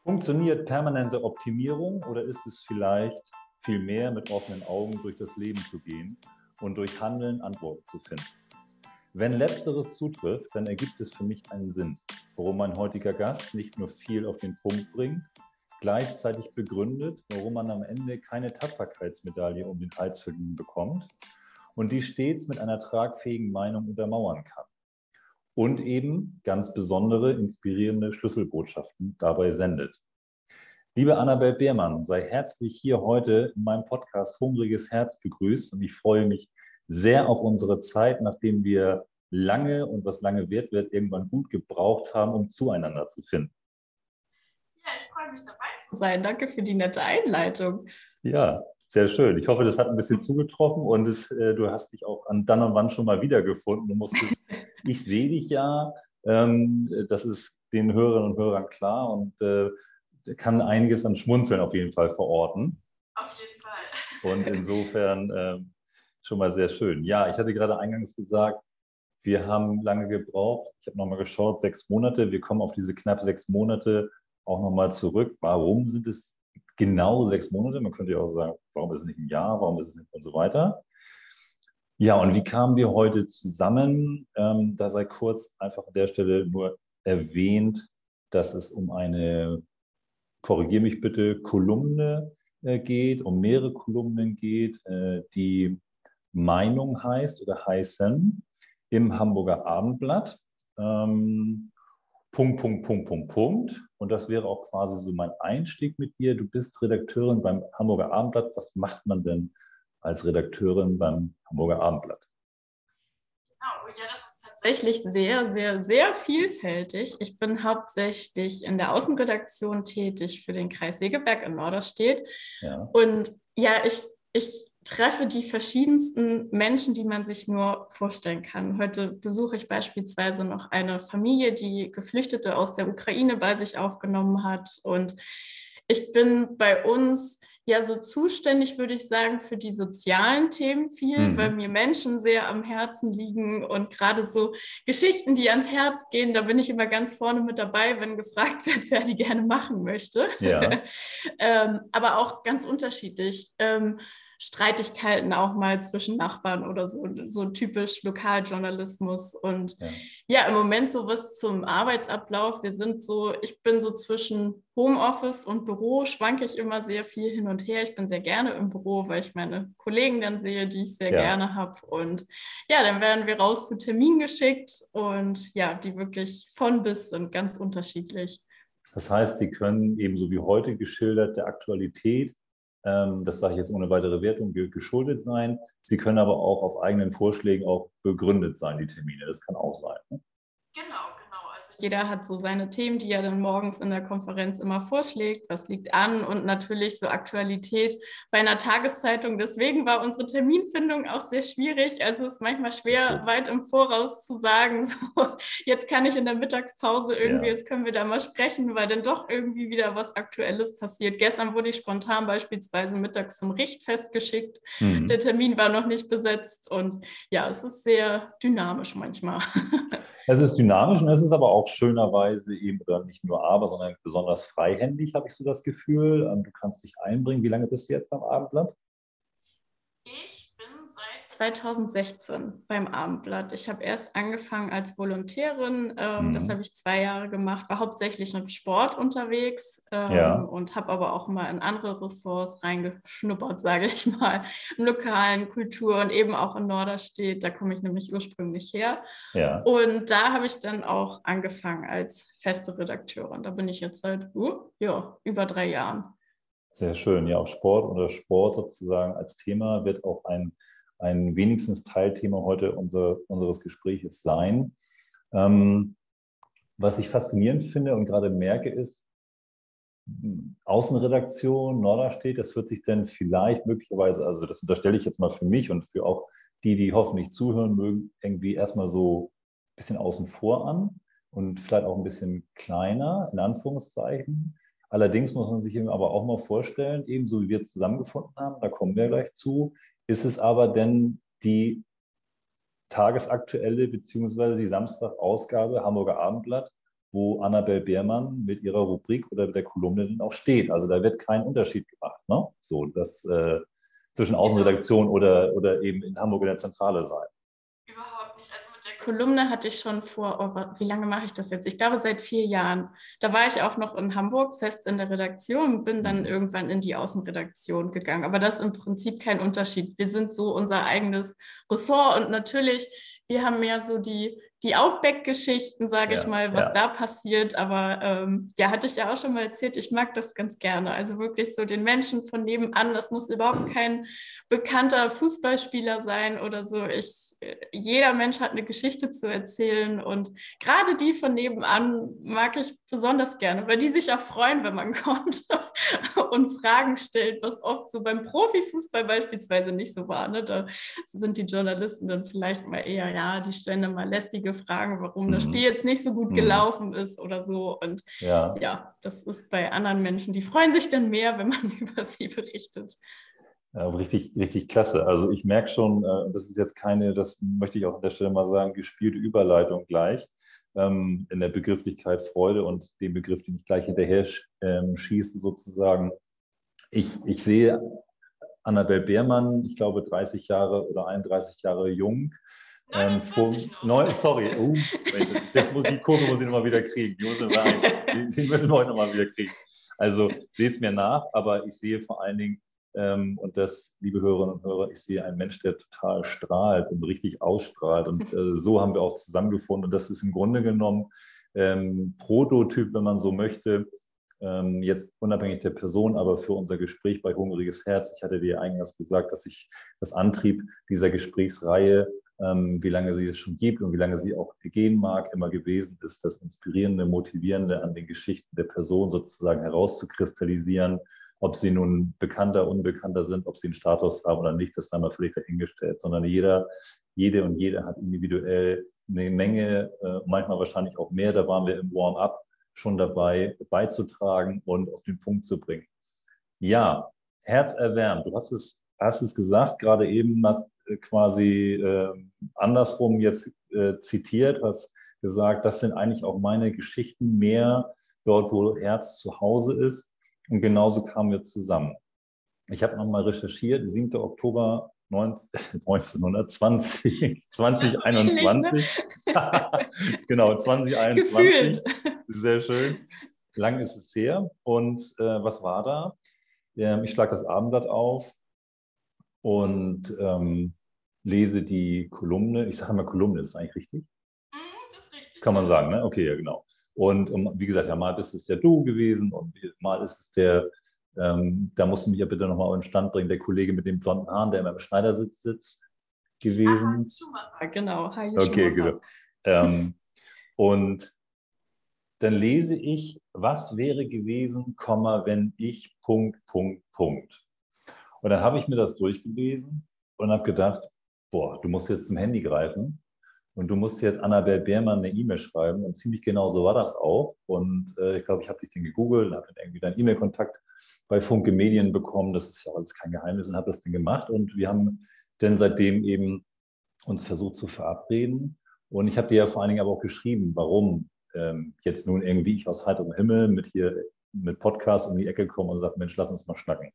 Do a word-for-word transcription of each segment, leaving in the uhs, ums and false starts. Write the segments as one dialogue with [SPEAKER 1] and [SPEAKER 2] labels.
[SPEAKER 1] Funktioniert permanente Optimierung oder ist es vielleicht viel mehr mit offenen Augen durch das Leben zu gehen und durch Handeln Antworten zu finden? Wenn Letzteres zutrifft, dann ergibt es für mich einen Sinn, warum mein heutiger Gast nicht nur viel auf den Punkt bringt, gleichzeitig begründet, warum man am Ende keine Tapferkeitsmedaille um den Hals verliehen bekommt und die stets mit einer tragfähigen Meinung untermauern kann. Und eben ganz besondere, inspirierende Schlüsselbotschaften dabei sendet. Liebe Annabel Beermann, sei herzlich hier heute in meinem Podcast Hungriges Herz begrüßt und ich freue mich sehr auf unsere Zeit, nachdem wir lange und was lange wert wird, irgendwann gut gebraucht haben, um zueinander zu finden.
[SPEAKER 2] Ja, ich freue mich dabei zu sein. Danke für die nette Einleitung.
[SPEAKER 1] Ja, sehr schön. Ich hoffe, das hat ein bisschen zugetroffen und es, äh, du hast dich auch an dann und wann schon mal wiedergefunden. Du musstest, ich sehe dich ja, ähm, das ist den Hörerinnen und Hörern klar und äh, kann einiges an Schmunzeln auf jeden Fall verorten.
[SPEAKER 2] Auf jeden Fall.
[SPEAKER 1] Und insofern äh, schon mal sehr schön. Ja, ich hatte gerade eingangs gesagt, wir haben lange gebraucht. Ich habe nochmal geschaut, sechs Monate. Wir kommen auf diese knapp sechs Monate auch nochmal zurück. Warum sind es genau sechs Monate? Man könnte ja auch sagen, warum ist es nicht ein Jahr, warum ist es nicht und so weiter. Ja, und wie kamen wir heute zusammen? Ähm, da sei kurz einfach an der Stelle nur erwähnt, dass es um eine, korrigiere mich bitte, Kolumne äh, geht, um mehrere Kolumnen geht, äh, die Meinung heißt oder heißen im Hamburger Abendblatt. Ähm, Punkt, Punkt, Punkt, Punkt, Punkt. Und das wäre auch quasi so mein Einstieg mit dir. Du bist Redakteurin beim Hamburger Abendblatt. Was macht man denn als Redakteurin beim Hamburger Abendblatt?
[SPEAKER 2] Genau, ja, das ist tatsächlich sehr, sehr, sehr vielfältig. Ich bin hauptsächlich in der Außenredaktion tätig für den Kreis Segeberg in Norderstedt.
[SPEAKER 1] Ja.
[SPEAKER 2] Und ja, ich, ich treffe die verschiedensten Menschen, die man sich nur vorstellen kann. Heute besuche ich beispielsweise noch eine Familie, die Geflüchtete aus der Ukraine bei sich aufgenommen hat. Und ich bin bei uns ja so zuständig, würde ich sagen, für die sozialen Themen viel,
[SPEAKER 1] Mhm.
[SPEAKER 2] weil mir Menschen sehr am Herzen liegen und gerade so Geschichten, die ans Herz gehen, da bin ich immer ganz vorne mit dabei, wenn gefragt wird, wer die gerne machen möchte.
[SPEAKER 1] Ja.
[SPEAKER 2] ähm, aber auch ganz unterschiedlich. Ähm, Streitigkeiten auch mal zwischen Nachbarn oder so, so typisch Lokaljournalismus. Und
[SPEAKER 1] Ja.
[SPEAKER 2] ja, im Moment so was zum Arbeitsablauf. Wir sind so, ich bin so zwischen Homeoffice und Büro, schwanke ich immer sehr viel hin und her. Ich bin sehr gerne im Büro, weil ich meine Kollegen dann sehe, die ich sehr
[SPEAKER 1] Ja.
[SPEAKER 2] gerne habe. Und ja, dann werden wir raus zu Terminen geschickt und ja, die wirklich von bis sind ganz unterschiedlich.
[SPEAKER 1] Das heißt, Sie können ebenso wie heute geschildert der Aktualität, ähm, das sage ich jetzt ohne weitere Wertung, geschuldet sein. Sie können aber auch auf eigenen Vorschlägen auch begründet sein, die Termine. Das kann auch sein. Ne?
[SPEAKER 2] Genau, genau. Also jeder hat so seine Themen, die er dann morgens in der Konferenz immer vorschlägt. Was liegt an? Und natürlich so Aktualität bei einer Tageszeitung. Deswegen war unsere Terminfindung auch sehr schwierig. Also es ist manchmal schwer, weit im Voraus zu sagen, so, jetzt kann ich in der Mittagspause irgendwie,
[SPEAKER 1] Ja.
[SPEAKER 2] jetzt können wir da mal sprechen, weil dann doch irgendwie wieder was Aktuelles passiert. Gestern wurde ich spontan beispielsweise mittags zum Richtfest geschickt.
[SPEAKER 1] Mhm.
[SPEAKER 2] Der Termin war noch nicht besetzt. Und ja, es ist sehr dynamisch manchmal.
[SPEAKER 1] Es ist dynamisch und es ist aber auch schönerweise eben, oder nicht nur aber, sondern besonders freihändig, habe ich so das Gefühl. Du kannst dich einbringen. Wie lange bist du jetzt beim Abendblatt?
[SPEAKER 2] Ich bin seit zweitausendsechzehn beim Abendblatt. Ich habe erst angefangen als Volontärin. Ähm,
[SPEAKER 1] Mhm.
[SPEAKER 2] Das habe ich zwei Jahre gemacht, war hauptsächlich im Sport unterwegs ähm,
[SPEAKER 1] Ja.
[SPEAKER 2] und habe aber auch mal in andere Ressorts reingeschnuppert, sage ich mal, im lokalen Kultur und eben auch in Norderstedt. Da komme ich nämlich ursprünglich her.
[SPEAKER 1] Ja.
[SPEAKER 2] Und da habe ich dann auch angefangen als feste Redakteurin. Da bin ich jetzt seit uh, ja, über drei Jahren.
[SPEAKER 1] Sehr schön. Ja, auch Sport oder Sport sozusagen als Thema wird auch ein, ein wenigstens Teilthema heute unser, unseres Gespräches sein. Ähm, was ich faszinierend finde und gerade merke, ist, Außenredaktion, Norderstedt, das wird sich dann vielleicht möglicherweise, also das unterstelle ich jetzt mal für mich und für auch die, die hoffentlich zuhören mögen, irgendwie erstmal so ein bisschen außen vor an und vielleicht auch ein bisschen kleiner, in Anführungszeichen. Allerdings muss man sich eben aber auch mal vorstellen, ebenso wie wir zusammengefunden haben, da kommen wir gleich zu, ist es aber denn die tagesaktuelle beziehungsweise die Samstagausgabe Hamburger Abendblatt wo Annabel Beermann mit ihrer Rubrik oder mit der Kolumne dann auch steht. Also da wird kein Unterschied gemacht, ne? So, das äh, zwischen Außenredaktion oder, oder eben in Hamburg in der Zentrale sein.
[SPEAKER 2] Überhaupt nicht. Also mit der Kolumne hatte ich schon vor, oh, wie lange mache ich das jetzt? Ich glaube seit vier Jahren. Da war ich auch noch in Hamburg fest in der Redaktion, bin dann irgendwann in die Außenredaktion gegangen. Aber das ist im Prinzip kein Unterschied. Wir sind so unser eigenes Ressort und natürlich, wir haben mehr so die, die Outback-Geschichten, sage
[SPEAKER 1] Ja,
[SPEAKER 2] ich mal, was
[SPEAKER 1] ja.
[SPEAKER 2] da passiert. Aber ähm, ja, hatte ich ja auch schon mal erzählt, ich mag das ganz gerne. Also wirklich so den Menschen von nebenan. Das muss überhaupt kein bekannter Fußballspieler sein oder so. Ich, jeder Mensch hat eine Geschichte zu erzählen und gerade die von nebenan mag ich besonders gerne, weil die sich auch freuen, wenn man kommt und Fragen stellt, was oft so beim Profifußball beispielsweise nicht so war. Ne? Da sind die Journalisten dann vielleicht mal eher, ja, die stellen dann mal lästige Fragen, warum das Spiel jetzt nicht so gut gelaufen ist oder so. Und
[SPEAKER 1] ja,
[SPEAKER 2] ja, das ist bei anderen Menschen, die freuen sich dann mehr, wenn man über sie berichtet.
[SPEAKER 1] Ja, richtig, richtig klasse. Also ich merke schon, das ist jetzt keine, das möchte ich auch an der Stelle mal sagen, gespielte Überleitung gleich ähm, in der Begrifflichkeit Freude und dem Begriff, den ich gleich hinterher ähm, schieße sozusagen. Ich, ich sehe Annabel Beermann, ich glaube dreißig Jahre oder einunddreißig Jahre jung.
[SPEAKER 2] neunundzwanzig
[SPEAKER 1] ähm, noch. Sorry, oh, das muss, die Kurve muss ich nochmal wieder kriegen. Die müssen wir, ein, die müssen wir heute nochmal wieder kriegen. Also sehe es mir nach, aber ich sehe vor allen Dingen, ähm, und das, liebe Hörerinnen und Hörer, ich sehe einen Mensch, der total strahlt und richtig ausstrahlt. Und äh, so haben wir auch zusammengefunden. Und das ist im Grunde genommen ähm, Prototyp, wenn man so möchte, ähm, jetzt unabhängig der Person, aber für unser Gespräch bei Hungriges Herz. Ich hatte dir eingangs gesagt, dass ich das Antrieb dieser Gesprächsreihe, ähm, wie lange sie es schon gibt und wie lange sie auch gehen mag, immer gewesen ist, das Inspirierende, Motivierende an den Geschichten der Person sozusagen herauszukristallisieren. Ob sie nun bekannter, unbekannter sind, ob sie einen Status haben oder nicht, das sei mal völlig dahingestellt, sondern jeder, jede und jeder hat individuell eine Menge, äh, manchmal wahrscheinlich auch mehr, da waren wir im Warm-up schon dabei, beizutragen und auf den Punkt zu bringen. Ja, herzerwärmend, du hast es, hast es gesagt, gerade eben hast quasi äh, andersrum jetzt äh, zitiert, hast gesagt, das sind eigentlich auch meine Geschichten mehr dort, wo Herz zu Hause ist. Und genauso kamen wir zusammen. Ich habe nochmal recherchiert, siebter Oktober neunzehnhundertzwanzig, zwanzig einundzwanzig. Ne? Genau, zwanzig einundzwanzig. Gefühlt. Sehr schön. Lang ist es her. Und äh, was war da? Ähm, ich schlage das Abendblatt auf und ähm, lese die Kolumne. Ich sage mal Kolumne, ist das eigentlich richtig?
[SPEAKER 2] Das ist richtig.
[SPEAKER 1] Kann man sagen, ne? Okay, ja, genau. Und um, wie gesagt, ja, mal ist es der Du gewesen und mal ist es der, ähm, da musst du mich ja bitte nochmal auf den Stand bringen, der Kollege mit den blonden Haaren, der immer im Schneidersitz sitzt, gewesen.
[SPEAKER 2] Ah, Schumacher, genau. Hajo
[SPEAKER 1] okay,
[SPEAKER 2] Schumacher.
[SPEAKER 1] Genau. Ähm, und dann lese ich, was wäre gewesen, Komma, wenn ich, Punkt, Punkt, Punkt. Und dann habe ich mir das durchgelesen und habe gedacht, boah, du musst jetzt zum Handy greifen. Und du musst jetzt Annabel Beermann eine E-Mail schreiben. Und ziemlich genau so war das auch. Und äh, ich glaube, ich habe dich den gegoogelt, habe dann irgendwie deinen E-Mail-Kontakt bei Funke Medien bekommen. Das ist ja alles kein Geheimnis und habe das dann gemacht. Und wir haben dann seitdem eben uns versucht zu verabreden. Und ich habe dir ja vor allen Dingen aber auch geschrieben, warum ähm, jetzt nun irgendwie ich aus heiterem Himmel mit hier mit Podcast um die Ecke komme und sage, Mensch, lass uns mal schnacken.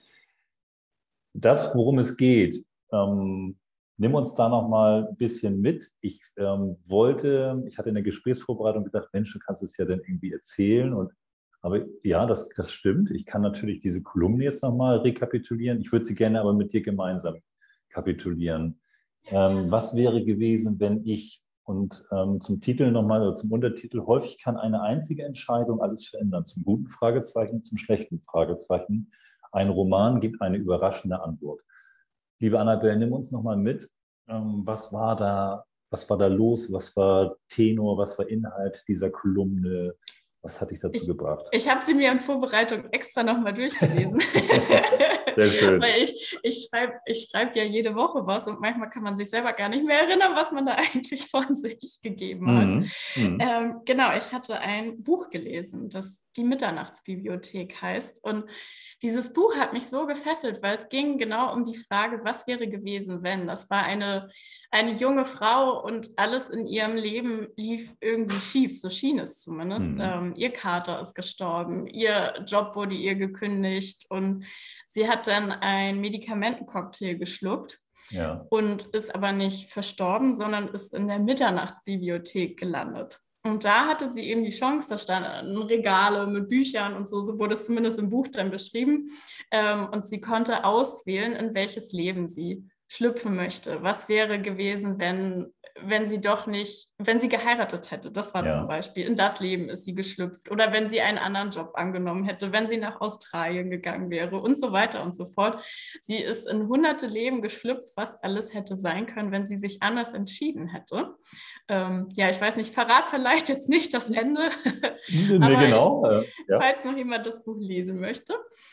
[SPEAKER 1] Das, worum es geht, ähm, nimm uns da noch mal ein bisschen mit. Ich ähm, wollte, ich hatte in der Gesprächsvorbereitung gedacht, Mensch, du kannst es ja dann irgendwie erzählen. Und, aber ja, das, das stimmt. Ich kann natürlich diese Kolumne jetzt noch mal rekapitulieren. Ich würde sie gerne aber mit dir gemeinsam kapitulieren. Ähm, was wäre gewesen, wenn ich, und ähm, zum Titel nochmal, oder zum Untertitel, häufig kann eine einzige Entscheidung alles verändern. Zum guten Fragezeichen, zum schlechten Fragezeichen. Ein Roman gibt eine überraschende Antwort. Liebe Annabel, nimm uns nochmal mit. Ähm, was war da, was war da los? Was war Tenor? Was war Inhalt dieser Kolumne? Was hat dich dazu
[SPEAKER 2] ich,
[SPEAKER 1] gebracht?
[SPEAKER 2] Ich habe sie mir in Vorbereitung extra nochmal durchgelesen.
[SPEAKER 1] Sehr schön.
[SPEAKER 2] Weil ich, ich schreibe ich schreib ja jede Woche was und manchmal kann man sich selber gar nicht mehr erinnern, was man da eigentlich von sich gegeben hat.
[SPEAKER 1] Mhm. Mhm.
[SPEAKER 2] Ähm, genau, ich hatte ein Buch gelesen, das die Mitternachtsbibliothek heißt. Und dieses Buch hat mich so gefesselt, weil es ging genau um die Frage, was wäre gewesen, wenn. Das war eine, eine junge Frau und alles in ihrem Leben lief irgendwie schief, so schien es zumindest.
[SPEAKER 1] Mhm.
[SPEAKER 2] Ähm, ihr Kater ist gestorben, ihr Job wurde ihr gekündigt und sie hat dann einen Medikamentencocktail geschluckt.
[SPEAKER 1] Ja.
[SPEAKER 2] Und ist aber nicht verstorben, sondern ist in der Mitternachtsbibliothek gelandet. Und da hatte sie eben die Chance, da standen Regale mit Büchern und so, so wurde es zumindest im Buch dann beschrieben. Ähm, und sie konnte auswählen, in welches Leben sie schlüpfen möchte. Was wäre gewesen, wenn, wenn sie doch nicht, wenn sie geheiratet hätte? Das war
[SPEAKER 1] Ja.
[SPEAKER 2] zum Beispiel, in das Leben ist sie geschlüpft. Oder wenn sie einen anderen Job angenommen hätte, wenn sie nach Australien gegangen wäre und so weiter und so fort. Sie ist in hunderte Leben geschlüpft, was alles hätte sein können, wenn sie sich anders entschieden hätte. Ähm, ja, ich weiß nicht, verrat vielleicht jetzt nicht das Ende.
[SPEAKER 1] Nee,
[SPEAKER 2] aber
[SPEAKER 1] genau.
[SPEAKER 2] Ich,
[SPEAKER 1] ja.
[SPEAKER 2] Falls noch jemand das Buch lesen möchte.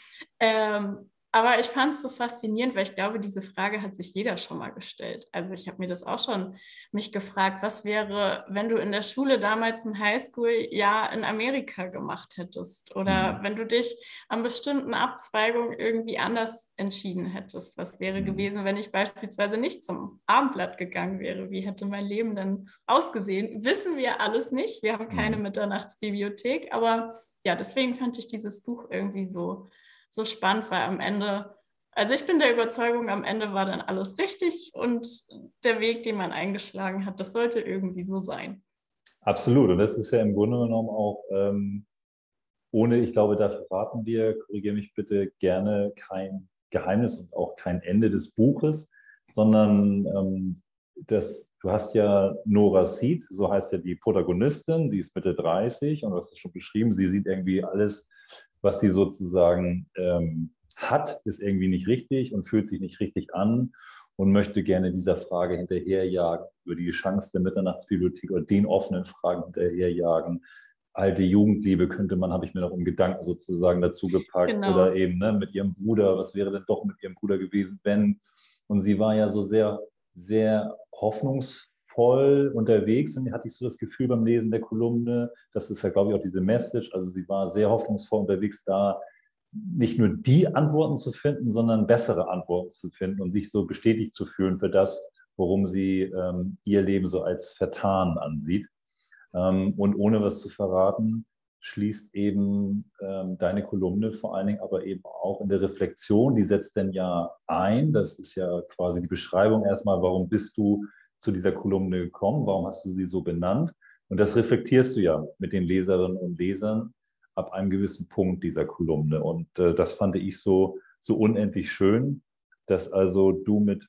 [SPEAKER 2] Ähm, aber ich fand es so faszinierend, weil ich glaube, diese Frage hat sich jeder schon mal gestellt. Also ich habe mir das auch schon mich gefragt, was wäre, wenn du in der Schule damals ein Highschool-Jahr in Amerika gemacht hättest oder
[SPEAKER 1] Mhm.
[SPEAKER 2] wenn du dich an bestimmten Abzweigungen irgendwie anders entschieden hättest. Was wäre
[SPEAKER 1] Mhm.
[SPEAKER 2] gewesen, wenn ich beispielsweise nicht zum Abendblatt gegangen wäre? Wie hätte mein Leben dann ausgesehen? Wissen wir alles nicht. Wir haben keine
[SPEAKER 1] Mhm.
[SPEAKER 2] Mitternachtsbibliothek, aber ja, deswegen fand ich dieses Buch irgendwie so so spannend, weil am Ende, also ich bin der Überzeugung, am Ende war dann alles richtig und der Weg, den man eingeschlagen hat, das sollte irgendwie so sein.
[SPEAKER 1] Absolut. Und das ist ja im Grunde genommen auch, ähm, ohne, ich glaube, da verraten wir, korrigiere mich bitte, gerne kein Geheimnis und auch kein Ende des Buches, sondern ähm, das, du hast ja Nora Seed, so heißt ja die Protagonistin, sie ist Mitte dreißig und du hast es schon beschrieben, sie sieht irgendwie alles, was sie sozusagen ähm, hat, ist irgendwie nicht richtig und fühlt sich nicht richtig an und möchte gerne dieser Frage hinterherjagen, über die Chance der Mitternachtsbibliothek oder den offenen Fragen hinterherjagen. Alte Jugendliebe könnte man, habe ich mir noch im Gedanken sozusagen dazu gepackt.
[SPEAKER 2] Genau.
[SPEAKER 1] Oder eben ne, mit ihrem Bruder, was wäre denn doch mit ihrem Bruder gewesen, wenn? Und sie war ja so sehr, sehr hoffnungsvoll unterwegs und hatte ich so das Gefühl beim Lesen der Kolumne, das ist ja, glaube ich, auch diese Message, also sie war sehr hoffnungsvoll unterwegs, da nicht nur die Antworten zu finden, sondern bessere Antworten zu finden und sich so bestätigt zu fühlen für das, worum sie ähm, ihr Leben so als vertan ansieht. Ähm, und ohne was zu verraten, schließt eben ähm, deine Kolumne vor allen Dingen aber eben auch in der Reflexion, die setzt denn ja ein, das ist ja quasi die Beschreibung erstmal, warum bist du zu dieser Kolumne gekommen, warum hast du sie so benannt und das reflektierst du ja mit den Leserinnen und Lesern ab einem gewissen Punkt dieser Kolumne und äh, das fand ich so, so unendlich schön, dass also du mit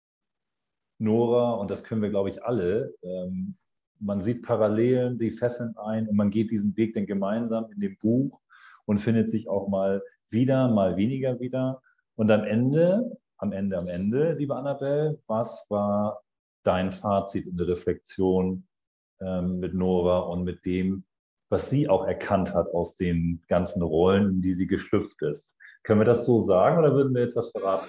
[SPEAKER 1] Nora, und das können wir, glaube ich, alle, ähm, man sieht Parallelen, die fesseln ein und man geht diesen Weg dann gemeinsam in dem Buch und findet sich auch mal wieder, mal weniger wieder. Und am Ende, am Ende, am Ende, liebe Annabelle, was war dein Fazit in der Reflexion ähm, mit Nora und mit dem, was sie auch erkannt hat aus den ganzen Rollen, in die sie geschlüpft ist? Können wir das so sagen oder würden wir jetzt was verraten?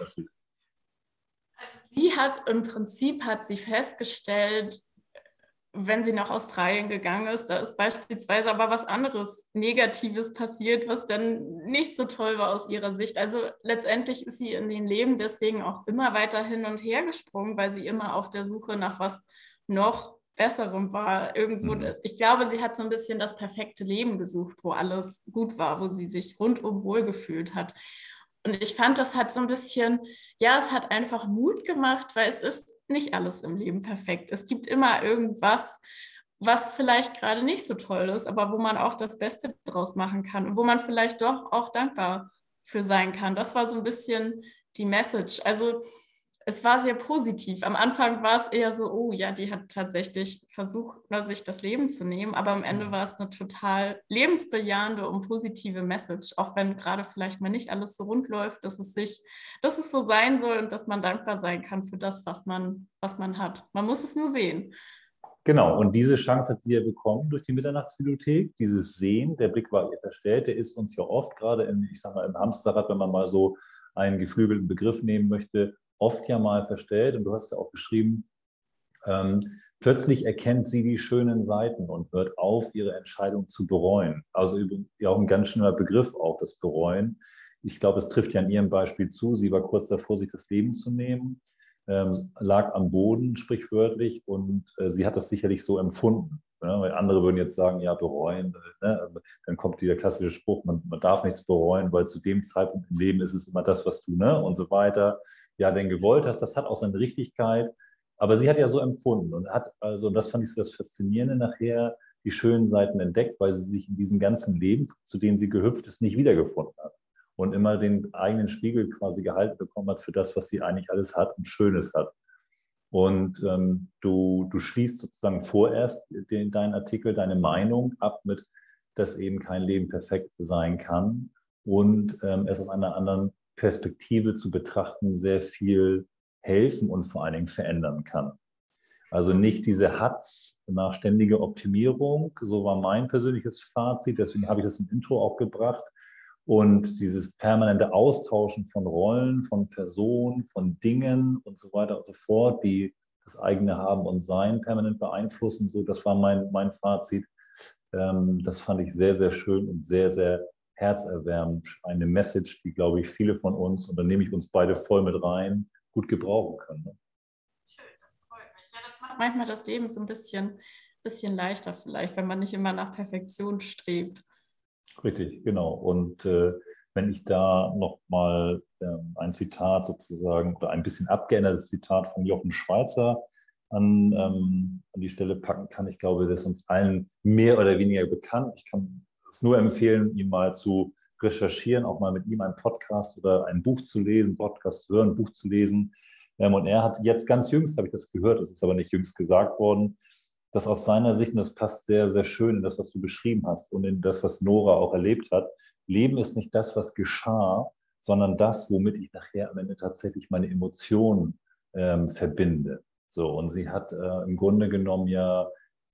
[SPEAKER 2] Sie hat im Prinzip hat sie festgestellt, wenn sie nach Australien gegangen ist, da ist beispielsweise aber was anderes Negatives passiert, was dann nicht so toll war aus ihrer Sicht. Also letztendlich ist sie in den Leben deswegen auch immer weiter hin und her gesprungen, weil sie immer auf der Suche nach was noch Besserem war. Irgendwo,
[SPEAKER 1] Mhm.
[SPEAKER 2] ich glaube, sie hat so ein bisschen das perfekte Leben gesucht, wo alles gut war, wo sie sich rundum wohlgefühlt hat. Und ich fand, das hat so ein bisschen, ja, es hat einfach Mut gemacht, weil es ist nicht alles im Leben perfekt. Es gibt immer irgendwas, was vielleicht gerade nicht so toll ist, aber wo man auch das Beste draus machen kann und wo man vielleicht doch auch dankbar für sein kann. Das war so ein bisschen die Message. Also es war sehr positiv. Am Anfang war es eher so, oh ja, die hat tatsächlich versucht, sich das Leben zu nehmen, aber am Ende war es eine total lebensbejahende und positive Message, auch wenn gerade vielleicht mal nicht alles so rund läuft, dass es sich, dass es so sein soll und dass man dankbar sein kann für das, was man, was man hat. Man muss es nur sehen.
[SPEAKER 1] Genau, und diese Chance hat sie ja bekommen durch die Mitternachtsbibliothek. Dieses Sehen, der Blick war ihr verstellt, der ist uns ja oft, gerade in, ich sag mal, im Hamsterrad, wenn man mal so einen geflügelten Begriff nehmen möchte, oft ja mal verstellt. Und du hast ja auch geschrieben, ähm, Plötzlich erkennt sie die schönen Seiten und hört auf, ihre Entscheidung zu bereuen. Also ja auch ein ganz schöner Begriff auch, das Bereuen. Ich glaube, es trifft ja in ihrem Beispiel zu. Sie war kurz davor, sich das Leben zu nehmen, ähm, lag am Boden, sprichwörtlich, und äh, sie hat das sicherlich so empfunden. Ja, weil andere würden jetzt sagen, ja, bereuen. Ne? Dann kommt dieser klassische Spruch, man, man darf nichts bereuen, weil zu dem Zeitpunkt im Leben ist es immer das, was du, ne? Und so weiter, ja, denn gewollt hast. Das hat auch seine Richtigkeit. Aber sie hat ja so empfunden und hat, also, und das fand ich so das Faszinierende, nachher die schönen Seiten entdeckt, weil sie sich in diesem ganzen Leben, zu dem sie gehüpft ist, nicht wiedergefunden hat. Und immer den eigenen Spiegel quasi gehalten bekommen hat für das, was sie eigentlich alles hat und Schönes hat. Und ähm, du, du schließt sozusagen vorerst den, deinen Artikel, deine Meinung ab mit, dass eben kein Leben perfekt sein kann und ähm, es aus einer anderen Perspektive zu betrachten sehr viel helfen und vor allen Dingen verändern kann. Also nicht diese Hatz nach ständiger Optimierung, so war mein persönliches Fazit, deswegen habe ich das im Intro auch gebracht. Und dieses permanente Austauschen von Rollen, von Personen, von Dingen und so weiter und so fort, die das eigene Haben und Sein permanent beeinflussen, so, das war mein, mein Fazit. Ähm, das fand ich sehr, sehr schön und sehr, sehr herzerwärmend. Eine Message, die, glaube ich, viele von uns, und da nehme ich uns beide voll mit rein, gut gebrauchen können. Ne?
[SPEAKER 2] Schön, das freut mich. Ja, das macht manchmal das Leben so ein bisschen, bisschen leichter vielleicht, wenn man nicht immer nach Perfektion strebt.
[SPEAKER 1] Richtig, genau. Und äh, wenn ich da nochmal ähm, ein Zitat sozusagen oder ein bisschen abgeändertes Zitat von Jochen Schweizer an, ähm, an die Stelle packen kann, ich glaube, das ist uns allen mehr oder weniger bekannt. Ich kann es nur empfehlen, ihn mal zu recherchieren, auch mal mit ihm einen Podcast oder ein Buch zu lesen, Podcast zu hören, ein Buch zu lesen. Ähm, und er hat jetzt ganz jüngst, habe ich das gehört, das ist aber nicht jüngst gesagt worden, dass aus seiner Sicht, und das passt sehr, sehr schön in das, was du beschrieben hast und in das, was Nora auch erlebt hat, Leben ist nicht das, was geschah, sondern das, womit ich nachher am Ende tatsächlich meine Emotionen ähm, verbinde. So, und sie hat äh, im Grunde genommen ja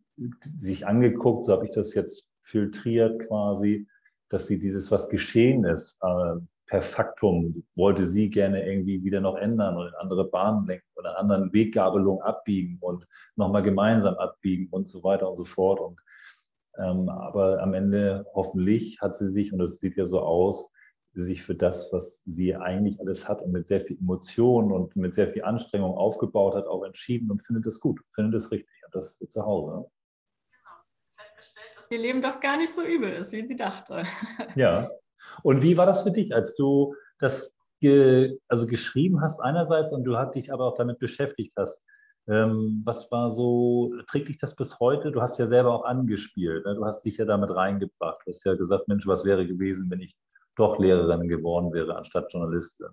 [SPEAKER 1] sich angeguckt, so habe ich das jetzt filtriert quasi, dass sie dieses, was geschehen ist, äh, per Faktum wollte sie gerne irgendwie wieder noch ändern und in andere Bahnen lenken oder in anderen Weggabelungen abbiegen und nochmal gemeinsam abbiegen und so weiter und so fort. Und, ähm, aber am Ende hoffentlich hat sie sich, und es sieht ja so aus, sich für das, was sie eigentlich alles hat und mit sehr viel Emotion und mit sehr viel Anstrengung aufgebaut hat, auch entschieden und findet es gut, findet es richtig. Und das ist zu Hause. Ne?
[SPEAKER 2] Festgestellt, dass ihr Leben doch gar nicht so übel ist, wie sie dachte.
[SPEAKER 1] Ja. Und wie war das für dich, als du das ge also geschrieben hast einerseits und du hast dich aber auch damit beschäftigt hast? Ähm, was war so, trägt dich das bis heute? Du hast ja selber auch angespielt, ne? Du hast dich ja damit reingebracht. Du hast ja gesagt, Mensch, was wäre gewesen, wenn ich doch Lehrerin geworden wäre anstatt Journalistin?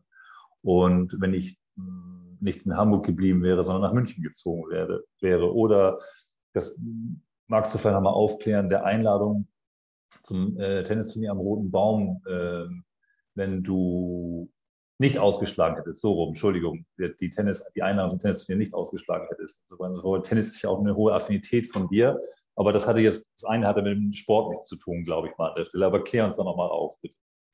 [SPEAKER 1] Und wenn ich mh, nicht in Hamburg geblieben wäre, sondern nach München gezogen werde, wäre. Oder das magst du vielleicht nochmal aufklären, der Einladung zum äh, Tennisturnier am Roten Baum, äh, wenn du nicht ausgeschlagen hättest, so rum, Entschuldigung, die, Tennis, die Einladung zum Tennisturnier nicht ausgeschlagen hättest. So weiter und so fort. Tennis ist ja auch eine hohe Affinität von dir, aber das hatte jetzt, das eine hatte mit dem Sport nichts zu tun, glaube ich mal an der Stelle. Aber klär uns da nochmal auf, bitte.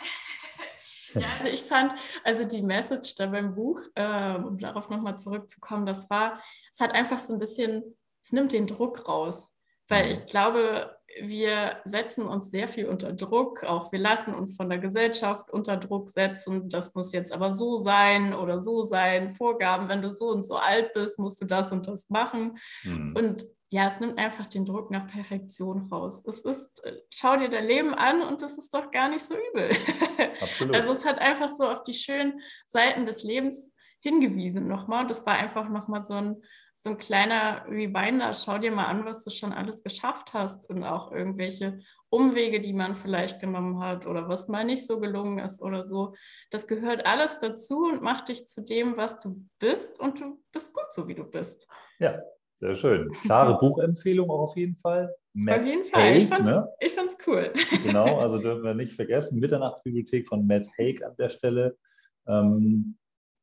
[SPEAKER 2] Ja, also ich fand, also die Message da beim Buch, äh, um darauf nochmal zurückzukommen, das war, es hat einfach so ein bisschen, es nimmt den Druck raus. Weil ich glaube, wir setzen uns sehr viel unter Druck, auch wir lassen uns von der Gesellschaft unter Druck setzen, das muss jetzt aber so sein oder so sein, Vorgaben, wenn du so und so alt bist, musst du das und das machen.
[SPEAKER 1] Mhm.
[SPEAKER 2] Und ja, es nimmt einfach den Druck nach Perfektion raus. Es ist, schau dir dein Leben an und das ist doch gar nicht so übel.
[SPEAKER 1] Absolut.
[SPEAKER 2] Also es hat einfach so auf die schönen Seiten des Lebens hingewiesen nochmal. Und das war einfach nochmal so ein, so ein kleiner Reminder. Schau dir mal an, was du schon alles geschafft hast und auch irgendwelche Umwege, die man vielleicht genommen hat oder was mal nicht so gelungen ist oder so. Das gehört alles dazu und macht dich zu dem, was du bist, und du bist gut so, wie du bist.
[SPEAKER 1] Ja, sehr schön. Klare Buchempfehlung auch auf jeden Fall. Matt
[SPEAKER 2] Auf jeden Fall.
[SPEAKER 1] Haig,
[SPEAKER 2] Ich fand's,
[SPEAKER 1] ne?
[SPEAKER 2] ich fand's cool.
[SPEAKER 1] Genau, also dürfen wir nicht vergessen. Mitternachtsbibliothek von Matt Haig an der Stelle. Ähm,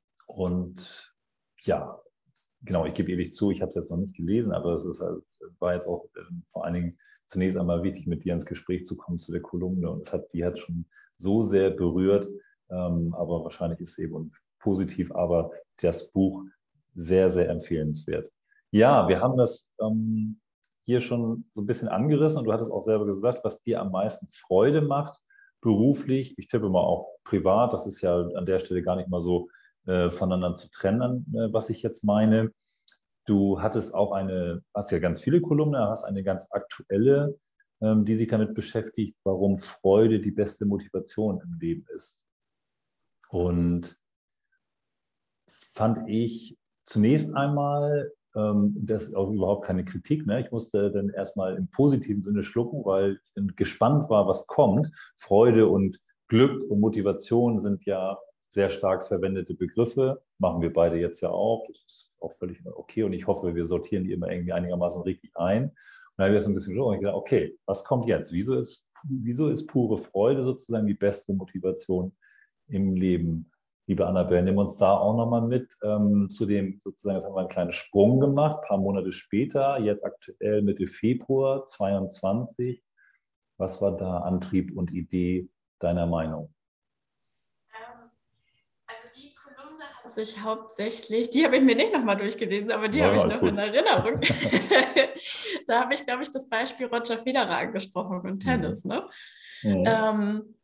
[SPEAKER 1] und ja, genau, ich gebe ehrlich zu, ich habe es jetzt noch nicht gelesen, aber es ist halt, war jetzt auch äh, vor allen Dingen zunächst einmal wichtig, mit dir ins Gespräch zu kommen zu der Kolumne. Und es hat, die hat schon so sehr berührt, ähm, aber wahrscheinlich ist es eben positiv, aber das Buch sehr, sehr empfehlenswert. Ja, wir haben das ähm, hier schon so ein bisschen angerissen und du hattest auch selber gesagt, was dir am meisten Freude macht, beruflich, ich tippe mal auch privat, das ist ja an der Stelle gar nicht mal so äh, voneinander zu trennen, äh, was ich jetzt meine. Du hattest auch eine, hast ja ganz viele Kolumnen, hast eine ganz aktuelle, ähm, die sich damit beschäftigt, warum Freude die beste Motivation im Leben ist. Und fand ich zunächst einmal, ähm, das ist auch überhaupt keine Kritik, ne? Ich musste dann erstmal im positiven Sinne schlucken, weil ich dann gespannt war, was kommt. Freude und Glück und Motivation sind ja sehr stark verwendete Begriffe, machen wir beide jetzt ja auch. Das ist auch völlig okay und ich hoffe, wir sortieren die immer irgendwie einigermaßen richtig ein. Und dann habe ich das ein bisschen geschaut und gedacht, okay, was kommt jetzt? Wieso ist, wieso ist pure Freude sozusagen die beste Motivation im Leben? Liebe Annabelle, nimm uns da auch nochmal mit ähm, zu dem, sozusagen, jetzt haben wir einen kleinen Sprung gemacht, ein paar Monate später, jetzt aktuell Mitte Februar zweiundzwanzig. Was war da Antrieb und Idee deiner Meinung?
[SPEAKER 2] Ähm, Also die Kolumne hat sich hauptsächlich, die habe ich mir nicht nochmal durchgelesen, aber die
[SPEAKER 1] Ja,
[SPEAKER 2] habe
[SPEAKER 1] ja,
[SPEAKER 2] ich
[SPEAKER 1] alles
[SPEAKER 2] noch in
[SPEAKER 1] gut.
[SPEAKER 2] Erinnerung. Da habe ich, glaube ich, das Beispiel Roger Federer angesprochen und
[SPEAKER 1] Mhm.
[SPEAKER 2] Tennis. Ne?
[SPEAKER 1] Mhm.
[SPEAKER 2] Ähm,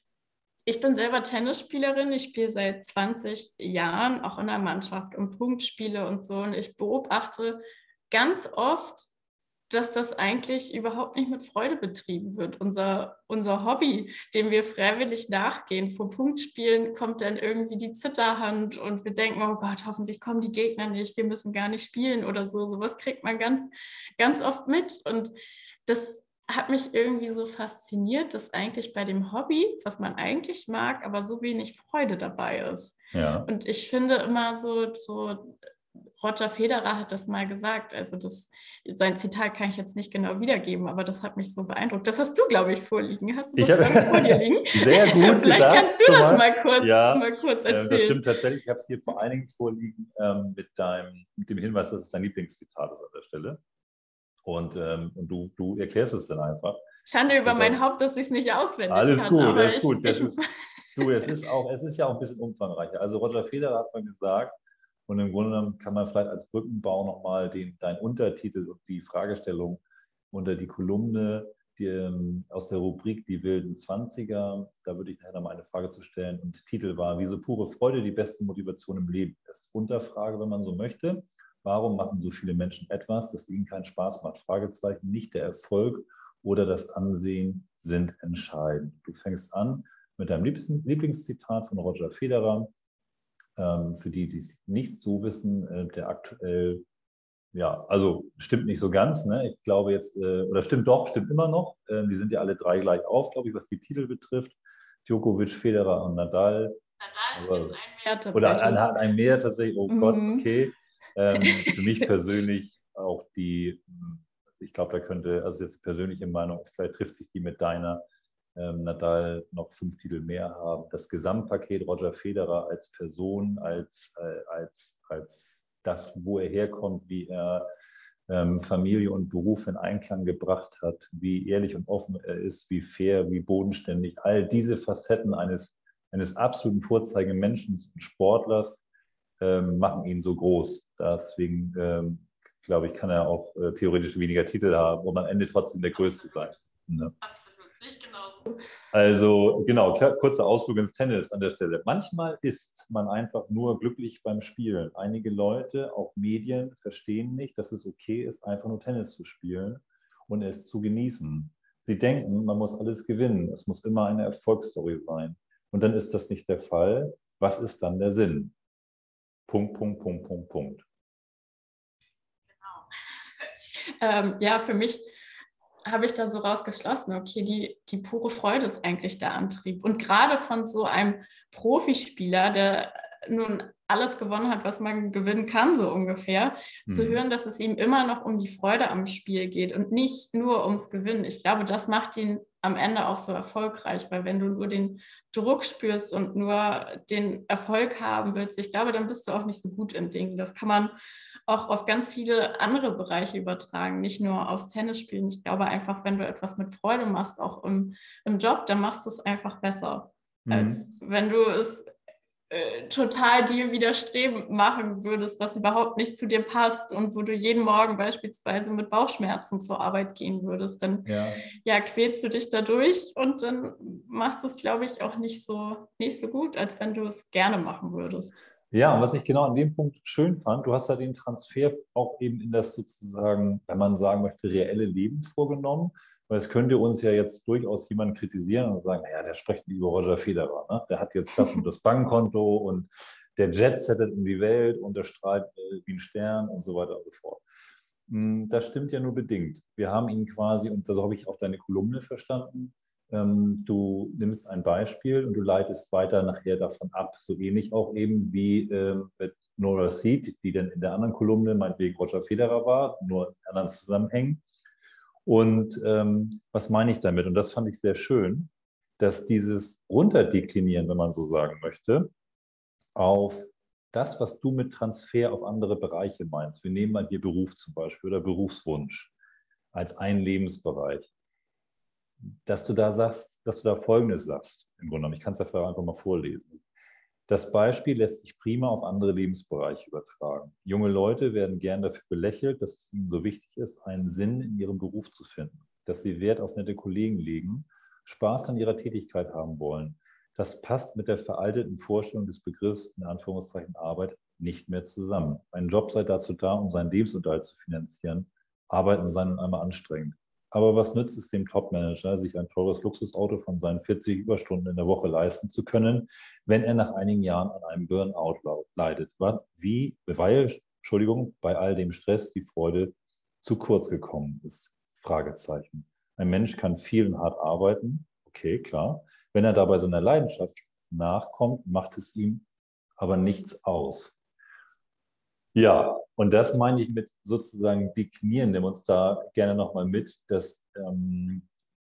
[SPEAKER 2] Ich bin selber Tennisspielerin. Ich spiele seit zwanzig Jahren auch in der Mannschaft und Punktspiele und so. Und ich beobachte ganz oft, dass das eigentlich überhaupt nicht mit Freude betrieben wird. Unser, unser Hobby, dem wir freiwillig nachgehen, vor Punktspielen kommt dann irgendwie die Zitterhand und wir denken, oh Gott, hoffentlich kommen die Gegner nicht, wir müssen gar nicht spielen oder so. Sowas kriegt man ganz, ganz oft mit. Und das hat mich irgendwie so fasziniert, dass eigentlich bei dem Hobby, was man eigentlich mag, aber so wenig Freude dabei ist.
[SPEAKER 1] Ja.
[SPEAKER 2] Und ich finde immer so, so Roger Federer hat das mal gesagt, also das, sein Zitat kann ich jetzt nicht genau wiedergeben, aber das hat mich so beeindruckt. Das hast du, glaube ich, vorliegen. Hast du
[SPEAKER 1] Ich
[SPEAKER 2] das
[SPEAKER 1] habe
[SPEAKER 2] gerade vor dir liegen?
[SPEAKER 1] sehr gut
[SPEAKER 2] Vielleicht
[SPEAKER 1] gedacht
[SPEAKER 2] kannst du
[SPEAKER 1] schon
[SPEAKER 2] das
[SPEAKER 1] mal.
[SPEAKER 2] mal kurz,
[SPEAKER 1] Ja,
[SPEAKER 2] mal kurz
[SPEAKER 1] äh, das
[SPEAKER 2] erzählen.
[SPEAKER 1] stimmt tatsächlich. Ich habe es hier vor allen Dingen vorliegen ähm, mit, deinem, mit dem Hinweis, dass es dein Lieblingszitat ist an der Stelle. Und, ähm, und du, du erklärst es dann einfach.
[SPEAKER 2] Schande über mein
[SPEAKER 1] Super.
[SPEAKER 2] Haupt, dass ich es nicht auswendig
[SPEAKER 1] Alles
[SPEAKER 2] kann,
[SPEAKER 1] gut,
[SPEAKER 2] aber
[SPEAKER 1] das ist
[SPEAKER 2] ich,
[SPEAKER 1] gut. Das
[SPEAKER 2] ich
[SPEAKER 1] ist, du, es ist auch, es ist ja auch ein bisschen umfangreicher. Also Roger Federer hat mal gesagt, und im Grunde genommen kann man vielleicht als Brückenbau nochmal den, deinen Untertitel und die Fragestellung unter die Kolumne die, ähm, aus der Rubrik Die wilden Zwanziger, da würde ich nachher nochmal eine Frage zu stellen. Und Titel war, wieso pure Freude die beste Motivation im Leben ist. Unterfrage, wenn man so möchte. Warum machen so viele Menschen etwas, das ihnen keinen Spaß macht? Fragezeichen, nicht der Erfolg oder das Ansehen sind entscheidend. Du fängst an mit deinem Lieblingszitat von Roger Federer. Ähm, für die, die es nicht so wissen, äh, der aktuell, ja, also stimmt nicht so ganz. Ne? Ich glaube jetzt, äh, oder stimmt doch, stimmt immer noch. Ähm, die sind ja alle drei gleich auf, glaube ich, was die Titel betrifft. Djokovic, Federer und Nadal.
[SPEAKER 2] Nadal hat jetzt
[SPEAKER 1] Aber,
[SPEAKER 2] ein mehr
[SPEAKER 1] oder
[SPEAKER 2] tatsächlich.
[SPEAKER 1] ein, ein mehr tatsächlich, oh Gott,
[SPEAKER 2] Mhm.
[SPEAKER 1] okay. Ähm, für mich persönlich auch die, ich glaube, da könnte, also jetzt persönliche Meinung, vielleicht trifft sich die mit deiner, ähm, Nadal noch fünf Titel mehr haben. Das Gesamtpaket Roger Federer als Person, als, äh, als, als das, wo er herkommt, wie er ähm, Familie und Beruf in Einklang gebracht hat, wie ehrlich und offen er ist, wie fair, wie bodenständig. All diese Facetten eines, eines absoluten Vorzeigemenschen und Sportlers ähm, machen ihn so groß. Deswegen ähm, glaube ich, kann er auch äh, theoretisch weniger Titel haben, um am Ende trotzdem der Größte sein. Ne?
[SPEAKER 2] Absolut, sehe ich genauso.
[SPEAKER 1] Also genau, kurzer Ausflug ins Tennis an der Stelle. Manchmal ist man einfach nur glücklich beim Spielen. Einige Leute, auch Medien, verstehen nicht, dass es okay ist, einfach nur Tennis zu spielen und es zu genießen. Sie denken, man muss alles gewinnen. Es muss immer eine Erfolgsstory sein. Und dann ist das nicht der Fall. Was ist dann der Sinn? Punkt, Punkt, Punkt, Punkt, Punkt.
[SPEAKER 2] Genau. ähm, ja, für mich habe ich da so rausgeschlossen, okay, die, die pure Freude ist eigentlich der Antrieb. Und gerade von so einem Profispieler, der nun alles gewonnen hat, was man gewinnen kann, so ungefähr, mhm. zu hören, dass es ihm immer noch um die Freude am Spiel geht und nicht nur ums Gewinnen. Ich glaube, das macht ihn am Ende auch so erfolgreich, weil wenn du nur den Druck spürst und nur den Erfolg haben willst, ich glaube, dann bist du auch nicht so gut in Dingen. Das kann man auch auf ganz viele andere Bereiche übertragen, nicht nur aufs Tennisspielen. Ich glaube einfach, wenn du etwas mit Freude machst, auch im, im Job, dann machst du es einfach besser, mhm. als wenn du es äh, total dir widerstreben machen würdest, was überhaupt nicht zu dir passt und wo du jeden Morgen beispielsweise mit Bauchschmerzen zur Arbeit gehen würdest, dann
[SPEAKER 1] Ja.
[SPEAKER 2] ja, quälst du dich da durch und dann machst du es, glaube ich, auch nicht so, nicht so gut, als wenn du es gerne machen würdest.
[SPEAKER 1] Ja, und was ich genau an dem Punkt schön fand, du hast ja den Transfer auch eben in das sozusagen, wenn man sagen möchte, reelle Leben vorgenommen. Weil es könnte uns ja jetzt durchaus jemand kritisieren und sagen, naja, der spricht über Roger Federer, ne? Der hat jetzt das und das Bankkonto und der Jet-settet in die Welt und der strahlt äh, wie ein Stern und so weiter und so fort. Das stimmt ja nur bedingt. Wir haben ihn quasi, und so habe ich auch deine Kolumne verstanden, ähm, du nimmst ein Beispiel und du leitest weiter nachher davon ab. So ähnlich auch eben wie ähm, mit Nora Seed, die dann in der anderen Kolumne meinetwegen Roger Federer war, nur in anderen Zusammenhängen. Und ähm, was meine ich damit? Und das fand ich sehr schön, dass dieses Runterdeklinieren, wenn man so sagen möchte, auf das, was du mit Transfer auf andere Bereiche meinst. Wir nehmen mal hier Beruf zum Beispiel oder Berufswunsch als einen Lebensbereich. Dass du da sagst, dass du da Folgendes sagst, im Grunde genommen. Ich kann es ja einfach mal vorlesen. Das Beispiel lässt sich prima auf andere Lebensbereiche übertragen. Junge Leute werden gern dafür belächelt, dass es ihnen so wichtig ist, einen Sinn in ihrem Beruf zu finden, dass sie Wert auf nette Kollegen legen, Spaß an ihrer Tätigkeit haben wollen. Das passt mit der veralteten Vorstellung des Begriffs in Anführungszeichen Arbeit nicht mehr zusammen. Ein Job sei dazu da, um seinen Lebensunterhalt zu finanzieren. Arbeiten sei nun einmal anstrengend. Aber was nützt es dem Topmanager, sich ein teures Luxusauto von seinen vierzig Überstunden in der Woche leisten zu können, wenn er nach einigen Jahren an einem Burnout leidet? Wie, weil, Entschuldigung, bei all dem Stress die Freude zu kurz gekommen ist? Fragezeichen. Ein Mensch kann viel und hart arbeiten, okay, klar. Wenn er dabei seiner Leidenschaft nachkommt, macht es ihm aber nichts aus. Ja, und das meine ich mit sozusagen deklinieren. Nimm uns da gerne nochmal mit, dass ähm,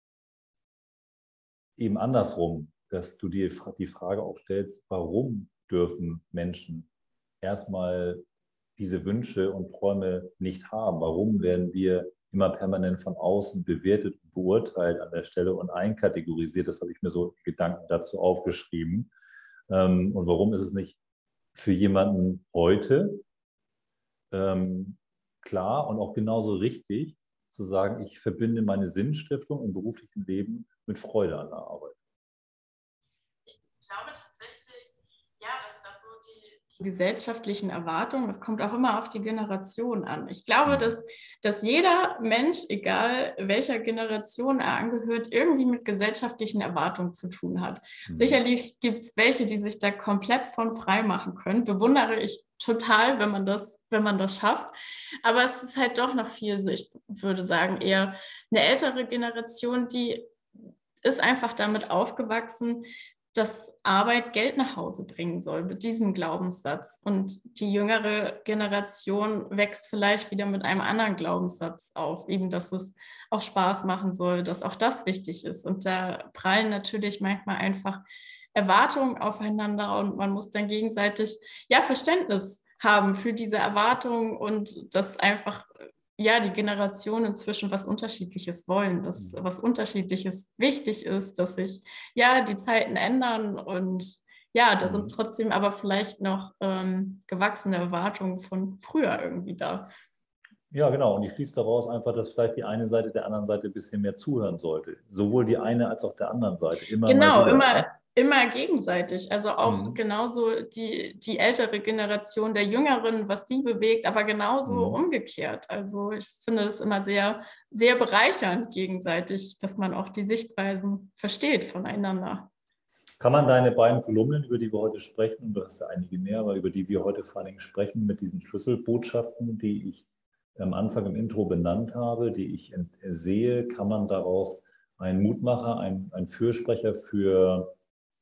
[SPEAKER 1] eben andersrum, dass du dir die Frage auch stellst, warum dürfen Menschen erstmal diese Wünsche und Träume nicht haben? Warum werden wir immer permanent von außen bewertet und beurteilt an der Stelle und einkategorisiert? Das habe ich mir so Gedanken dazu aufgeschrieben. Ähm, und warum ist es nicht für jemanden heute ähm, klar und auch genauso richtig zu sagen, ich verbinde meine Sinnstiftung im beruflichen Leben mit Freude an der Arbeit?
[SPEAKER 2] Ich glaube tatsächlich, ja, dass da so die, die gesellschaftlichen Erwartungen, es kommt auch immer auf die Generation an. Ich glaube,
[SPEAKER 1] Mhm.
[SPEAKER 2] dass, dass jeder Mensch, egal welcher Generation er angehört, irgendwie mit gesellschaftlichen Erwartungen zu tun hat. Mhm. Sicherlich gibt es welche, die sich da komplett von frei machen können. Bewundere ich total, wenn man das, wenn man das schafft. Aber es ist halt doch noch viel so, ich würde sagen, eher eine ältere Generation, die ist einfach damit aufgewachsen, dass Arbeit Geld nach Hause bringen soll, mit diesem Glaubenssatz. Und die jüngere Generation wächst vielleicht wieder mit einem anderen Glaubenssatz auf, eben, dass es auch Spaß machen soll, dass auch das wichtig ist. Und da prallen natürlich manchmal einfach Erwartungen aufeinander und man muss dann gegenseitig ja Verständnis haben für diese Erwartungen und das einfach ja, die Generationen inzwischen was Unterschiedliches wollen, dass was Unterschiedliches wichtig ist, dass sich ja die Zeiten ändern und ja, da sind trotzdem aber vielleicht noch ähm, gewachsene Erwartungen von früher irgendwie da.
[SPEAKER 1] Ja, genau. Und ich schließe daraus einfach, dass vielleicht die eine Seite der anderen Seite ein bisschen mehr zuhören sollte. Sowohl die eine als auch der anderen Seite. Immer
[SPEAKER 2] genau,
[SPEAKER 1] mal wieder.
[SPEAKER 2] immer,
[SPEAKER 1] Ja?
[SPEAKER 2] immer gegenseitig. Also auch
[SPEAKER 1] Mhm.
[SPEAKER 2] genauso die, die ältere Generation der Jüngeren, was die bewegt, aber genauso mhm. umgekehrt. Also ich finde es immer sehr, sehr bereichernd gegenseitig, dass man auch die Sichtweisen versteht voneinander.
[SPEAKER 1] Kann man deine beiden Kolumnen, über die wir heute sprechen, und du hast ja einige mehr, aber über die wir heute vor allen Dingen sprechen, mit diesen Schlüsselbotschaften, die ich am Anfang im Intro benannt habe, die ich sehe, kann man daraus einen Mutmacher, einen, einen Fürsprecher für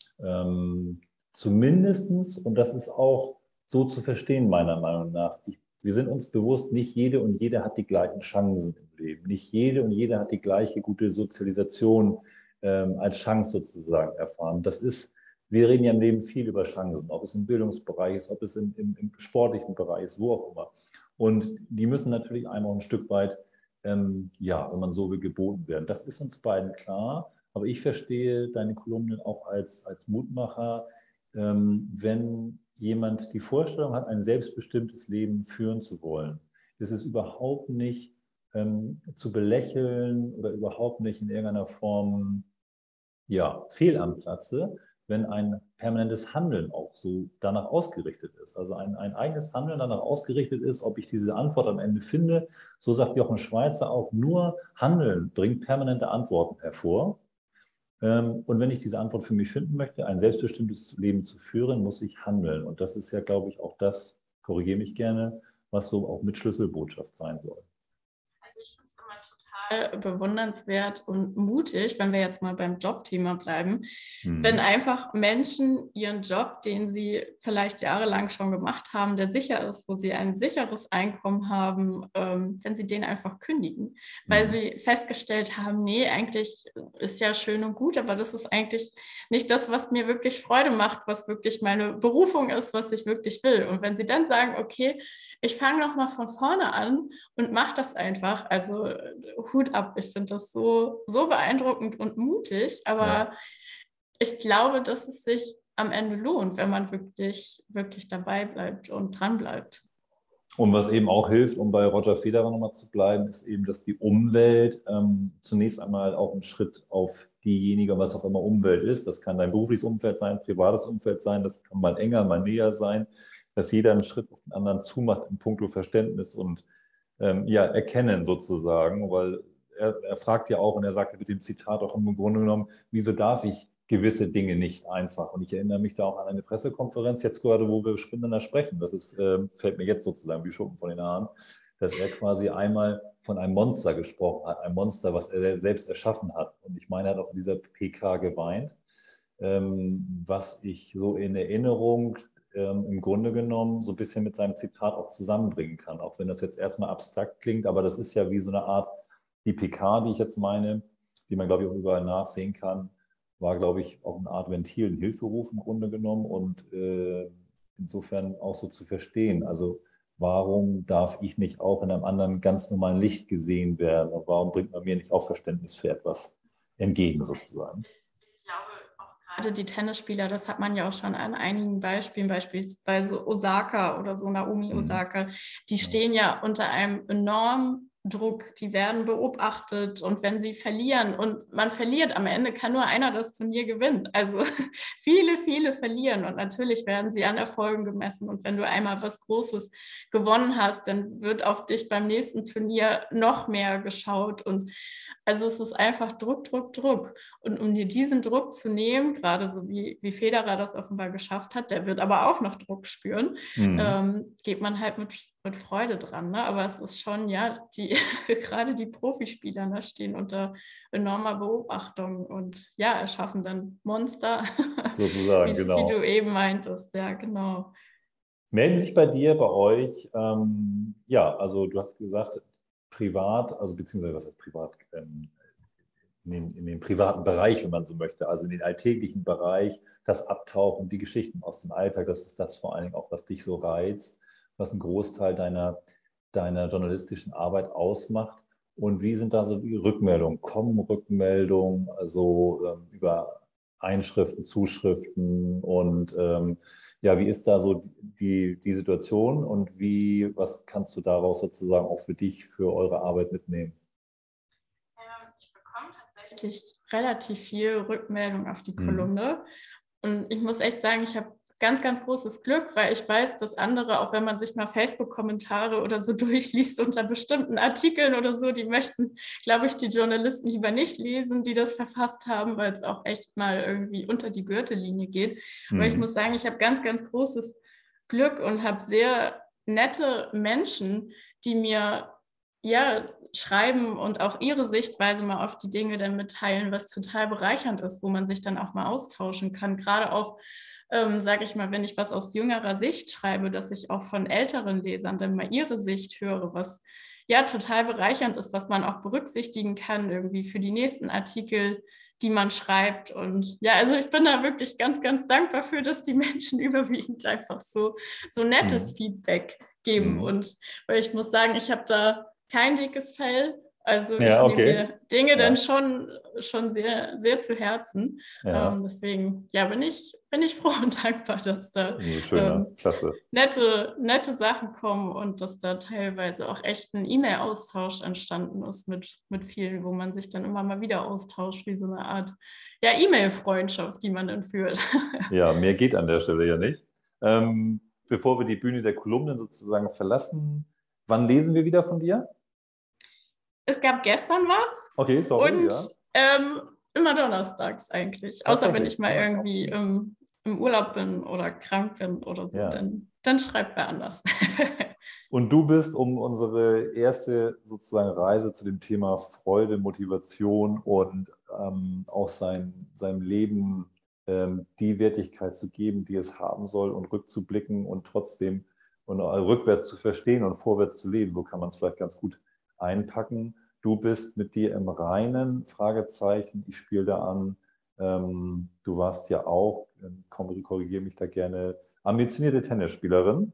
[SPEAKER 1] ähm, zumindestens, und das ist auch so zu verstehen, meiner Meinung nach, ich, wir sind uns bewusst, nicht jede und jeder hat die gleichen Chancen im Leben. Nicht jede und jeder hat die gleiche gute Sozialisation ähm, als Chance sozusagen erfahren. Das ist, wir reden ja im Leben viel über Chancen, ob es im Bildungsbereich ist, ob es im, im, im sportlichen Bereich ist, wo auch immer. Und die müssen natürlich einmal ein Stück weit, ähm, ja, wenn man so will, geboten werden. Das ist uns beiden klar. Aber ich verstehe deine Kolumnen auch als, als Mutmacher, ähm, wenn jemand die Vorstellung hat, ein selbstbestimmtes Leben führen zu wollen, ist es überhaupt nicht ähm, zu belächeln oder überhaupt nicht in irgendeiner Form ja, fehl am Platze, wenn ein permanentes Handeln auch so danach ausgerichtet ist. Also ein, ein eigenes Handeln danach ausgerichtet ist, ob ich diese Antwort am Ende finde. So sagt Jochen Schweizer auch, nur Handeln bringt permanente Antworten hervor. Und wenn ich diese Antwort für mich finden möchte, ein selbstbestimmtes Leben zu führen, muss ich handeln. Und das ist ja, glaube ich, auch das, korrigiere mich gerne, was so auch mit Schlüsselbotschaft sein soll.
[SPEAKER 2] Also ich finde es immer total bewundernswert und mutig, wenn wir jetzt mal beim Jobthema bleiben, mhm. wenn einfach Menschen ihren Job, den sie vielleicht jahrelang schon gemacht haben, der sicher ist, wo sie ein sicheres Einkommen haben, ähm, wenn sie den einfach kündigen, weil mhm. sie festgestellt haben, nee, eigentlich ist ja schön und gut, aber das ist eigentlich nicht das, was mir wirklich Freude macht, was wirklich meine Berufung ist, was ich wirklich will. Und wenn sie dann sagen, okay, ich fange nochmal von vorne an und mache das einfach, also Hut ab, ich finde das so, so beeindruckend und mutig, aber ja. ich glaube, dass es sich am Ende lohnt, wenn man wirklich, wirklich dabei bleibt und dran bleibt.
[SPEAKER 1] Und was eben auch hilft, um bei Roger Federer nochmal zu bleiben, ist eben, dass die Umwelt ähm, zunächst einmal auch einen Schritt auf diejenige, was auch immer Umwelt ist, das kann dein berufliches Umfeld sein, privates Umfeld sein, das kann mal enger, mal näher sein, dass jeder einen Schritt auf den anderen zumacht in puncto Verständnis und ähm, ja, Erkennen sozusagen, weil er, er fragt ja auch und er sagt mit dem Zitat auch im Grunde genommen, wieso darf ich gewisse Dinge nicht einfach? Und ich erinnere mich da auch an eine Pressekonferenz, jetzt gerade, wo wir miteinander sprechen, das ist, äh, fällt mir jetzt sozusagen wie Schuppen von den Haaren, dass er quasi einmal von einem Monster gesprochen hat, ein Monster, was er selbst erschaffen hat. Und ich meine, er hat auch in dieser P K geweint, ähm, was ich so in Erinnerung ähm, im Grunde genommen so ein bisschen mit seinem Zitat auch zusammenbringen kann, auch wenn das jetzt erstmal abstrakt klingt, aber das ist ja wie so eine Art, die P K, die ich jetzt meine, die man, glaube ich, auch überall nachsehen kann, war, glaube ich, auch eine Art Ventil, ein Hilferuf im Grunde genommen und äh, insofern auch so zu verstehen. Also warum darf ich nicht auch in einem anderen ganz normalen Licht gesehen werden und warum bringt man mir nicht auch Verständnis für etwas entgegen sozusagen?
[SPEAKER 2] Ich glaube auch gerade die Tennisspieler, das hat man ja auch schon an einigen Beispielen, beispielsweise Osaka oder so Naomi mhm. Osaka, die stehen ja unter einem enormen Druck, die werden beobachtet und wenn sie verlieren und man verliert, am Ende kann nur einer das Turnier gewinnen. Also viele, viele verlieren und natürlich werden sie an Erfolgen gemessen und wenn du einmal was Großes gewonnen hast, dann wird auf dich beim nächsten Turnier noch mehr geschaut und also es ist einfach Druck, Druck, Druck und um dir diesen Druck zu nehmen, gerade so wie, wie Federer das offenbar geschafft hat, der wird aber auch noch Druck spüren, mhm. ähm, geht man halt mit, mit Freude dran, ne? Aber es ist schon, ja, die gerade die Profispieler ne, stehen unter enormer Beobachtung und ja, erschaffen dann Monster,
[SPEAKER 1] sozusagen,
[SPEAKER 2] wie,
[SPEAKER 1] genau.
[SPEAKER 2] wie du eben meintest, ja, genau.
[SPEAKER 1] Melden sich bei dir, bei euch, ähm, ja, also du hast gesagt, privat, also beziehungsweise was heißt privat, ähm, in, den, in den privaten Bereich, wenn man so möchte, also in den alltäglichen Bereich, das Abtauchen, die Geschichten aus dem Alltag, das ist das vor allen Dingen auch, was dich so reizt, was einen Großteil deiner deiner journalistischen Arbeit ausmacht und wie sind da so die Rückmeldungen? Kommen Rückmeldungen, also ähm, über Einschriften, Zuschriften und ähm, ja, wie ist da so die, die Situation und wie, was kannst du daraus sozusagen auch für dich, für eure Arbeit mitnehmen?
[SPEAKER 2] Ähm, ich bekomme tatsächlich relativ viel Rückmeldung auf die
[SPEAKER 1] Mhm.
[SPEAKER 2] Kolumne und ich muss echt sagen, ich habe ganz, ganz großes Glück, weil ich weiß, dass andere, auch wenn man sich mal Facebook-Kommentare oder so durchliest unter bestimmten Artikeln oder so, die möchten, glaube ich, die Journalisten lieber nicht lesen, die das verfasst haben, weil es auch echt mal irgendwie unter die Gürtellinie geht. Mhm. Aber ich muss sagen, ich habe ganz, ganz großes Glück und habe sehr nette Menschen, die mir ja schreiben und auch ihre Sichtweise mal auf die Dinge dann mitteilen, was total bereichernd ist, wo man sich dann auch mal austauschen kann. Gerade auch Ähm, sage ich mal, wenn ich was aus jüngerer Sicht schreibe, dass ich auch von älteren Lesern dann mal ihre Sicht höre, was ja total bereichernd ist, was man auch berücksichtigen kann irgendwie für die nächsten Artikel, die man schreibt. Und ja, also ich bin da wirklich ganz, ganz dankbar für, dass die Menschen überwiegend einfach so, so nettes mhm. Feedback geben. Mhm. Und weil ich muss sagen, ich habe da kein dickes Fell. Also ich
[SPEAKER 1] Ja,
[SPEAKER 2] nehme
[SPEAKER 1] okay.
[SPEAKER 2] mir Dinge dann
[SPEAKER 1] Ja,
[SPEAKER 2] schon, schon sehr, sehr zu Herzen.
[SPEAKER 1] ja.
[SPEAKER 2] Ähm, deswegen, ja, bin ich, bin ich froh und dankbar, dass da
[SPEAKER 1] Umso schöner.
[SPEAKER 2] ähm,
[SPEAKER 1] Klasse.
[SPEAKER 2] nette, nette Sachen kommen und dass da teilweise auch echt ein E-Mail-Austausch entstanden ist mit, mit vielen, wo man sich dann immer mal wieder austauscht, wie so eine Art, ja, E-Mail-Freundschaft, die man dann führt.
[SPEAKER 1] Ja, mehr geht an der Stelle ja nicht. Ähm, bevor wir die Bühne der Kolumnen sozusagen verlassen, wann lesen wir wieder von dir?
[SPEAKER 2] Es gab gestern was
[SPEAKER 1] Okay, sorry,
[SPEAKER 2] und
[SPEAKER 1] ja.
[SPEAKER 2] ähm, immer donnerstags eigentlich. Außer wenn ich
[SPEAKER 1] Tatsächlich.
[SPEAKER 2] mal
[SPEAKER 1] Ah, auch
[SPEAKER 2] irgendwie
[SPEAKER 1] schön.
[SPEAKER 2] im, im Urlaub bin oder krank bin oder so,
[SPEAKER 1] Ja.
[SPEAKER 2] dann, dann schreibt wer anders.
[SPEAKER 1] Und du bist, um unsere erste sozusagen Reise zu dem Thema Freude, Motivation und ähm, auch sein, seinem Leben ähm, die Wertigkeit zu geben, die es haben soll und rückzublicken und trotzdem und rückwärts zu verstehen und vorwärts zu leben. So kann man es vielleicht ganz gut einpacken. Du bist mit dir im Reinen, Fragezeichen, ich spiele da an. Ähm, du warst ja auch, ähm, korrigiere mich da gerne, ambitionierte Tennisspielerin.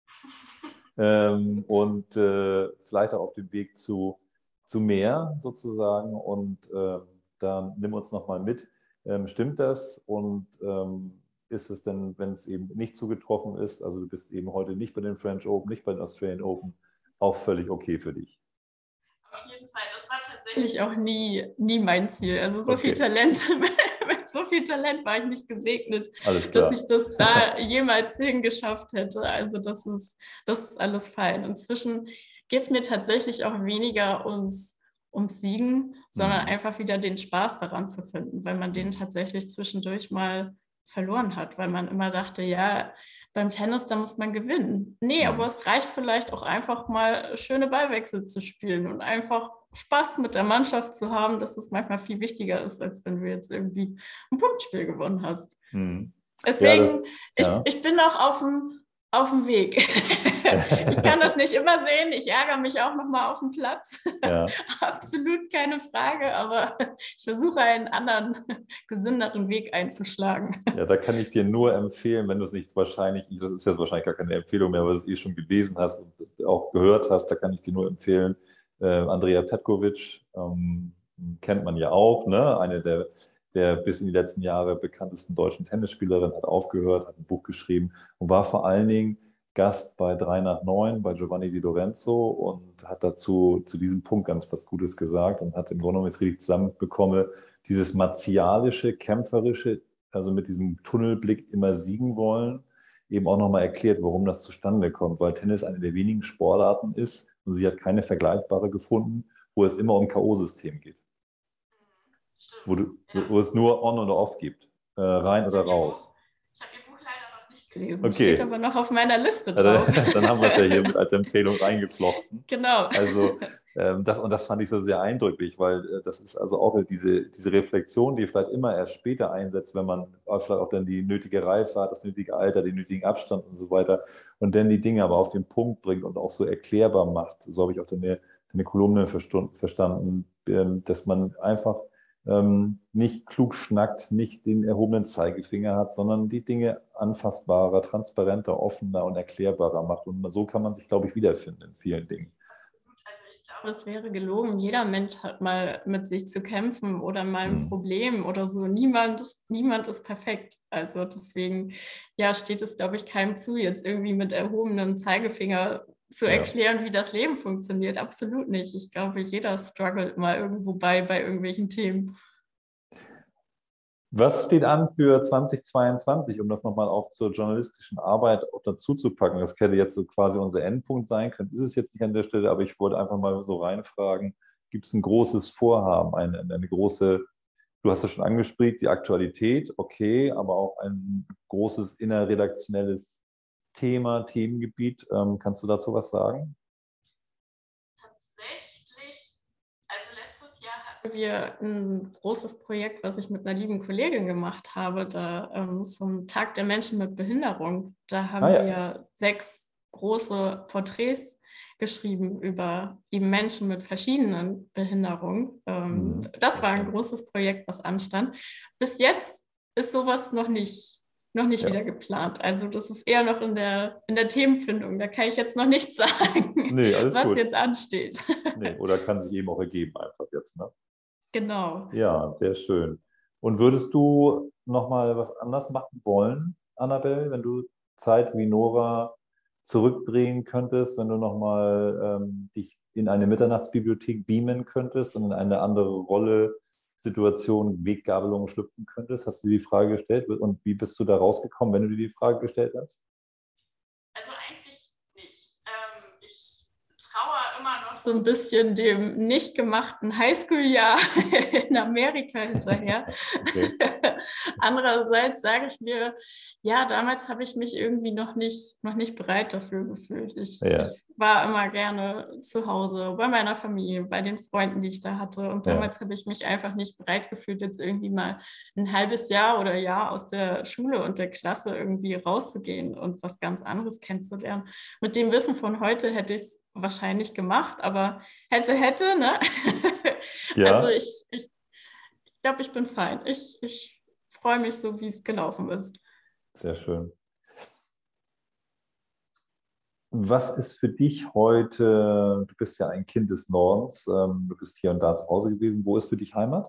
[SPEAKER 1] Ähm, und äh, vielleicht auch auf dem Weg zu, zu mehr sozusagen. Und äh, dann nimm uns nochmal mit. Ähm, stimmt das? Und ähm, ist es denn, wenn es eben nicht zugetroffen ist, also du bist eben heute nicht bei den French Open, nicht bei den Australian Open, auch völlig okay für dich?
[SPEAKER 2] Auf jeden Fall, das war tatsächlich auch nie, nie mein Ziel. Also so viel
[SPEAKER 1] Okay,
[SPEAKER 2] Talent, mit so viel Talent war ich nicht gesegnet,
[SPEAKER 1] alles
[SPEAKER 2] dass ich
[SPEAKER 1] klar.
[SPEAKER 2] das da jemals hingeschafft hätte. Also das ist, das ist alles fein. Inzwischen geht es mir tatsächlich auch weniger ums, ums Siegen, sondern
[SPEAKER 1] Hm.
[SPEAKER 2] einfach wieder den Spaß daran zu finden, weil man den
[SPEAKER 1] Hm.
[SPEAKER 2] tatsächlich zwischendurch mal verloren hat, weil man immer dachte, ja, beim Tennis, da muss man gewinnen. Nee, aber
[SPEAKER 1] Hm.
[SPEAKER 2] es reicht vielleicht auch einfach mal schöne Ballwechsel zu spielen und einfach Spaß mit der Mannschaft zu haben, dass es manchmal viel wichtiger ist, als wenn du jetzt irgendwie ein Punktspiel gewonnen hast.
[SPEAKER 1] Hm. Ja, das,
[SPEAKER 2] Deswegen, ich,
[SPEAKER 1] ja.
[SPEAKER 2] ich bin noch auf dem, auf dem Weg. Ich kann das nicht immer sehen. Ich ärgere mich auch noch mal auf dem Platz.
[SPEAKER 1] Ja.
[SPEAKER 2] Absolut keine Frage, aber ich versuche einen anderen, gesünderen Weg einzuschlagen.
[SPEAKER 1] Ja, da kann ich dir nur empfehlen, wenn du es nicht wahrscheinlich, das ist jetzt wahrscheinlich gar keine Empfehlung mehr, weil du es eh schon gelesen hast und auch gehört hast, da kann ich dir nur empfehlen, äh, Andrea Petkovic, ähm, kennt man ja auch, ne? Eine der, der bis in die letzten Jahre bekanntesten deutschen Tennisspielerinnen, hat aufgehört, hat ein Buch geschrieben und war vor allen Dingen Gast bei drei nach neun bei Giovanni Di Lorenzo und hat dazu zu diesem Punkt ganz was Gutes gesagt und hat im Grunde genommen, jetzt richtig zusammenbekomme, dieses martialische, kämpferische, also mit diesem Tunnelblick immer siegen wollen, eben auch nochmal erklärt, warum das zustande kommt, weil Tennis eine der wenigen Sportarten ist und sie hat keine vergleichbare gefunden, wo es immer um K O-System geht, wo,
[SPEAKER 2] Stimmt,
[SPEAKER 1] du, so,
[SPEAKER 2] ja.
[SPEAKER 1] wo es nur On oder Off gibt, äh, rein
[SPEAKER 2] Ich
[SPEAKER 1] oder
[SPEAKER 2] habe Ihr Buch,
[SPEAKER 1] raus.
[SPEAKER 2] ich hab Ihr Buch leider noch nicht gelesen, steht
[SPEAKER 1] Okay,
[SPEAKER 2] aber noch auf meiner Liste
[SPEAKER 1] also,
[SPEAKER 2] drauf.
[SPEAKER 1] dann haben wir es ja hier mit als Empfehlung reingeflochten.
[SPEAKER 2] Genau.
[SPEAKER 1] Also ähm, das, und das fand ich so sehr eindrücklich, weil äh, das ist also auch diese, diese Reflexion, die vielleicht immer erst später einsetzt, wenn man vielleicht auch dann die nötige Reife hat, das nötige Alter, den nötigen Abstand und so weiter und dann die Dinge aber auf den Punkt bringt und auch so erklärbar macht. So habe ich auch deine, deine Kolumne verstanden, ähm, dass man einfach ähm, nicht klug schnackt, nicht den erhobenen Zeigefinger hat, sondern die Dinge anfassbarer, transparenter, offener und erklärbarer macht. Und so kann man sich, glaube ich, wiederfinden in vielen Dingen.
[SPEAKER 2] Also ich glaube, es wäre gelogen. Jeder Mensch hat mal mit sich zu kämpfen oder mal ein
[SPEAKER 1] Hm.
[SPEAKER 2] Problem oder so. Niemand ist, niemand ist perfekt. Also deswegen, ja, steht es, glaube ich, keinem zu, jetzt irgendwie mit erhobenem Zeigefinger zu
[SPEAKER 1] Ja.
[SPEAKER 2] erklären, wie das Leben funktioniert. Absolut nicht. Ich glaube, jeder struggelt mal irgendwo bei, bei irgendwelchen Themen.
[SPEAKER 1] Was steht an für zweitausendzweiundzwanzig, um das nochmal auch zur journalistischen Arbeit auch dazu zu packen? Das hätte jetzt so quasi unser Endpunkt sein können. Ist es jetzt nicht an der Stelle, aber ich wollte einfach mal so reinfragen, gibt es ein großes Vorhaben, eine, eine große, du hast es schon angesprochen, die Aktualität, okay, aber auch ein großes innerredaktionelles Thema, Themengebiet. Ähm, kannst du dazu was sagen?
[SPEAKER 2] Tatsächlich, also letztes Jahr hatten wir ein großes Projekt, was ich mit einer lieben Kollegin gemacht habe, da ähm, zum Tag der Menschen mit Behinderung. Da
[SPEAKER 1] Ah
[SPEAKER 2] haben
[SPEAKER 1] ja.
[SPEAKER 2] wir sechs große Porträts geschrieben über eben Menschen mit verschiedenen Behinderungen. Ähm,
[SPEAKER 1] Hm,
[SPEAKER 2] das
[SPEAKER 1] sehr
[SPEAKER 2] war ein
[SPEAKER 1] spannend.
[SPEAKER 2] großes Projekt, was anstand. Bis jetzt ist sowas noch nicht noch nicht
[SPEAKER 1] Ja.
[SPEAKER 2] wieder geplant. Also das ist eher noch in der, in der Themenfindung. Da kann ich jetzt noch nicht sagen,
[SPEAKER 1] Nee, alles
[SPEAKER 2] was
[SPEAKER 1] gut.
[SPEAKER 2] jetzt ansteht.
[SPEAKER 1] Nee, oder kann sich eben auch ergeben einfach jetzt, ne?
[SPEAKER 2] Genau.
[SPEAKER 1] Ja, sehr schön. Und würdest du nochmal was anders machen wollen, Annabelle, wenn du Zeit wie Nora zurückdrehen könntest, wenn du nochmal ähm, dich in eine Mitternachtsbibliothek beamen könntest und in eine andere Rolle, Situation, Weggabelung schlüpfen könntest? Hast du dir die Frage gestellt? Und wie bist du da rausgekommen, wenn du dir die Frage gestellt hast?
[SPEAKER 2] Also eigentlich nicht. Ähm, ich trauere immer noch so ein bisschen dem nicht gemachten Highschool-Jahr in Amerika hinterher.
[SPEAKER 1] Okay.
[SPEAKER 2] Andererseits sage ich mir, ja, damals habe ich mich irgendwie noch nicht, noch nicht bereit dafür gefühlt. Ich,
[SPEAKER 1] Ja,
[SPEAKER 2] ich war immer gerne zu Hause, bei meiner Familie, bei den Freunden, die ich da hatte. Und
[SPEAKER 1] ja,
[SPEAKER 2] damals habe ich mich einfach nicht bereit gefühlt, jetzt irgendwie mal ein halbes Jahr oder Jahr aus der Schule und der Klasse irgendwie rauszugehen und was ganz anderes kennenzulernen. Mit dem Wissen von heute hätte ich es wahrscheinlich gemacht, aber hätte, hätte, ne? Also
[SPEAKER 1] ja,
[SPEAKER 2] ich, ich glaube, ich bin fein. Ich, ich freue mich so, wie es gelaufen ist.
[SPEAKER 1] sehr schön. Was ist für dich heute, du bist ja ein Kind des Nordens, ähm, du bist hier und da zu Hause gewesen. Wo ist für dich Heimat?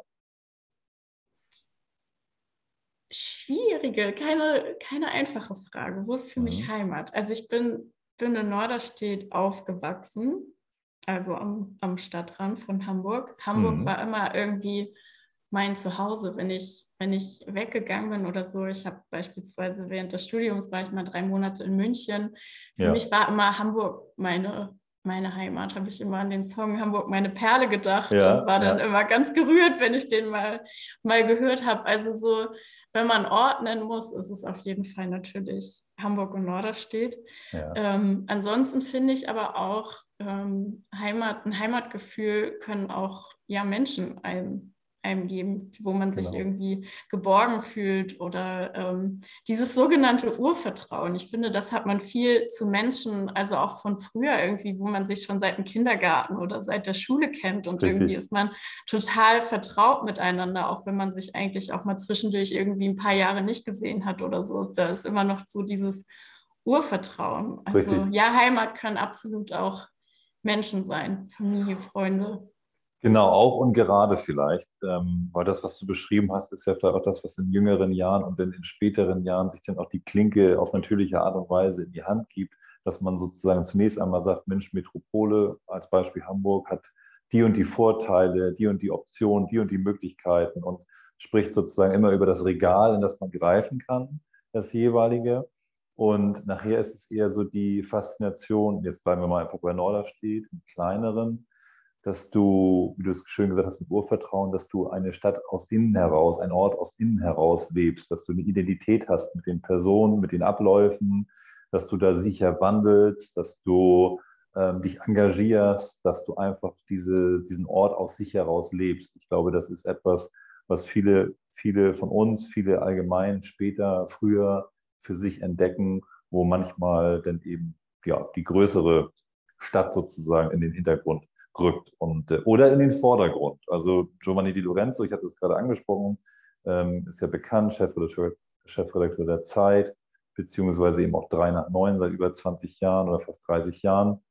[SPEAKER 2] Schwierige, keine, keine einfache Frage. Wo ist für mich
[SPEAKER 1] Mhm.
[SPEAKER 2] Heimat? Also ich bin, bin in Norderstedt aufgewachsen, also am, am Stadtrand von Hamburg. Hamburg
[SPEAKER 1] Mhm.
[SPEAKER 2] war immer irgendwie mein Zuhause, wenn ich, wenn ich weggegangen bin oder so. Ich habe beispielsweise während des Studiums war ich mal drei Monate in München. Für
[SPEAKER 1] Ja,
[SPEAKER 2] mich war immer Hamburg meine, meine Heimat. Habe ich immer an den Song Hamburg meine Perle gedacht und
[SPEAKER 1] ja,
[SPEAKER 2] war dann
[SPEAKER 1] ja,
[SPEAKER 2] immer ganz gerührt, wenn ich den mal, mal gehört habe. Also so, wenn man Ort nennen muss, ist es auf jeden Fall natürlich Hamburg und Norderstedt.
[SPEAKER 1] ja,
[SPEAKER 2] Ähm, ansonsten finde ich aber auch ähm, Heimat, ein Heimatgefühl können auch ja Menschen einem, einem geben, wo man sich
[SPEAKER 1] genau.
[SPEAKER 2] irgendwie geborgen fühlt oder ähm, dieses sogenannte Urvertrauen. Ich finde, das hat man viel zu Menschen, also auch von früher irgendwie, wo man sich schon seit dem Kindergarten oder seit der Schule kennt und irgendwie
[SPEAKER 1] Richtig,
[SPEAKER 2] ist man total vertraut miteinander, auch wenn man sich eigentlich auch mal zwischendurch irgendwie ein paar Jahre nicht gesehen hat oder so. Da ist immer noch so dieses Urvertrauen. Also
[SPEAKER 1] richtig.
[SPEAKER 2] ja, Heimat können absolut auch Menschen sein, Familie, Freunde.
[SPEAKER 1] Genau, auch und gerade vielleicht, ähm, weil das, was du beschrieben hast, ist ja vielleicht auch das, was in jüngeren Jahren und dann in späteren Jahren sich dann auch die Klinke auf natürliche Art und Weise in die Hand gibt, dass man sozusagen zunächst einmal sagt, Mensch, Metropole als Beispiel Hamburg hat die und die Vorteile, die und die Optionen, die und die Möglichkeiten und spricht sozusagen immer über das Regal, in das man greifen kann, das jeweilige. Und nachher ist es eher so die Faszination, jetzt bleiben wir mal einfach bei Norderstedt, im kleineren, dass du, wie du es schön gesagt hast, mit Urvertrauen, dass du eine Stadt aus innen heraus, ein Ort aus innen heraus lebst, dass du eine Identität hast mit den Personen, mit den Abläufen, dass du da sicher wandelst, dass du ähm, dich engagierst, dass du einfach diese, diesen Ort aus sich heraus lebst. Ich glaube, das ist etwas, was viele, viele von uns, viele allgemein später, früher für sich entdecken, wo manchmal dann eben ja, die größere Stadt sozusagen in den Hintergrund rückt und, äh, oder in den Vordergrund. Also Giovanni Di Lorenzo, ich hatte es gerade angesprochen, ähm, ist ja bekannt, Chefredakteur, Chefredakteur der Zeit, beziehungsweise eben auch drei nach neun seit über zwanzig Jahren oder fast dreißig Jahren,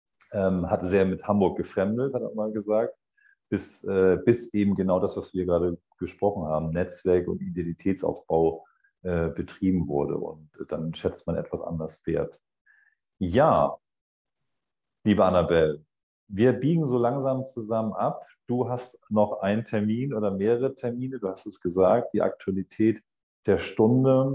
[SPEAKER 1] ähm, hat sehr mit Hamburg gefremdelt, hat er mal gesagt, bis, äh, bis eben genau das, was wir gerade gesprochen haben, Netzwerk und Identitätsaufbau äh, betrieben wurde. Und dann schätzt man etwas anders wert. Ja, liebe Annabelle, wir biegen so langsam zusammen ab. Du hast noch einen Termin oder mehrere Termine. Du hast es gesagt, die Aktualität der Stunde.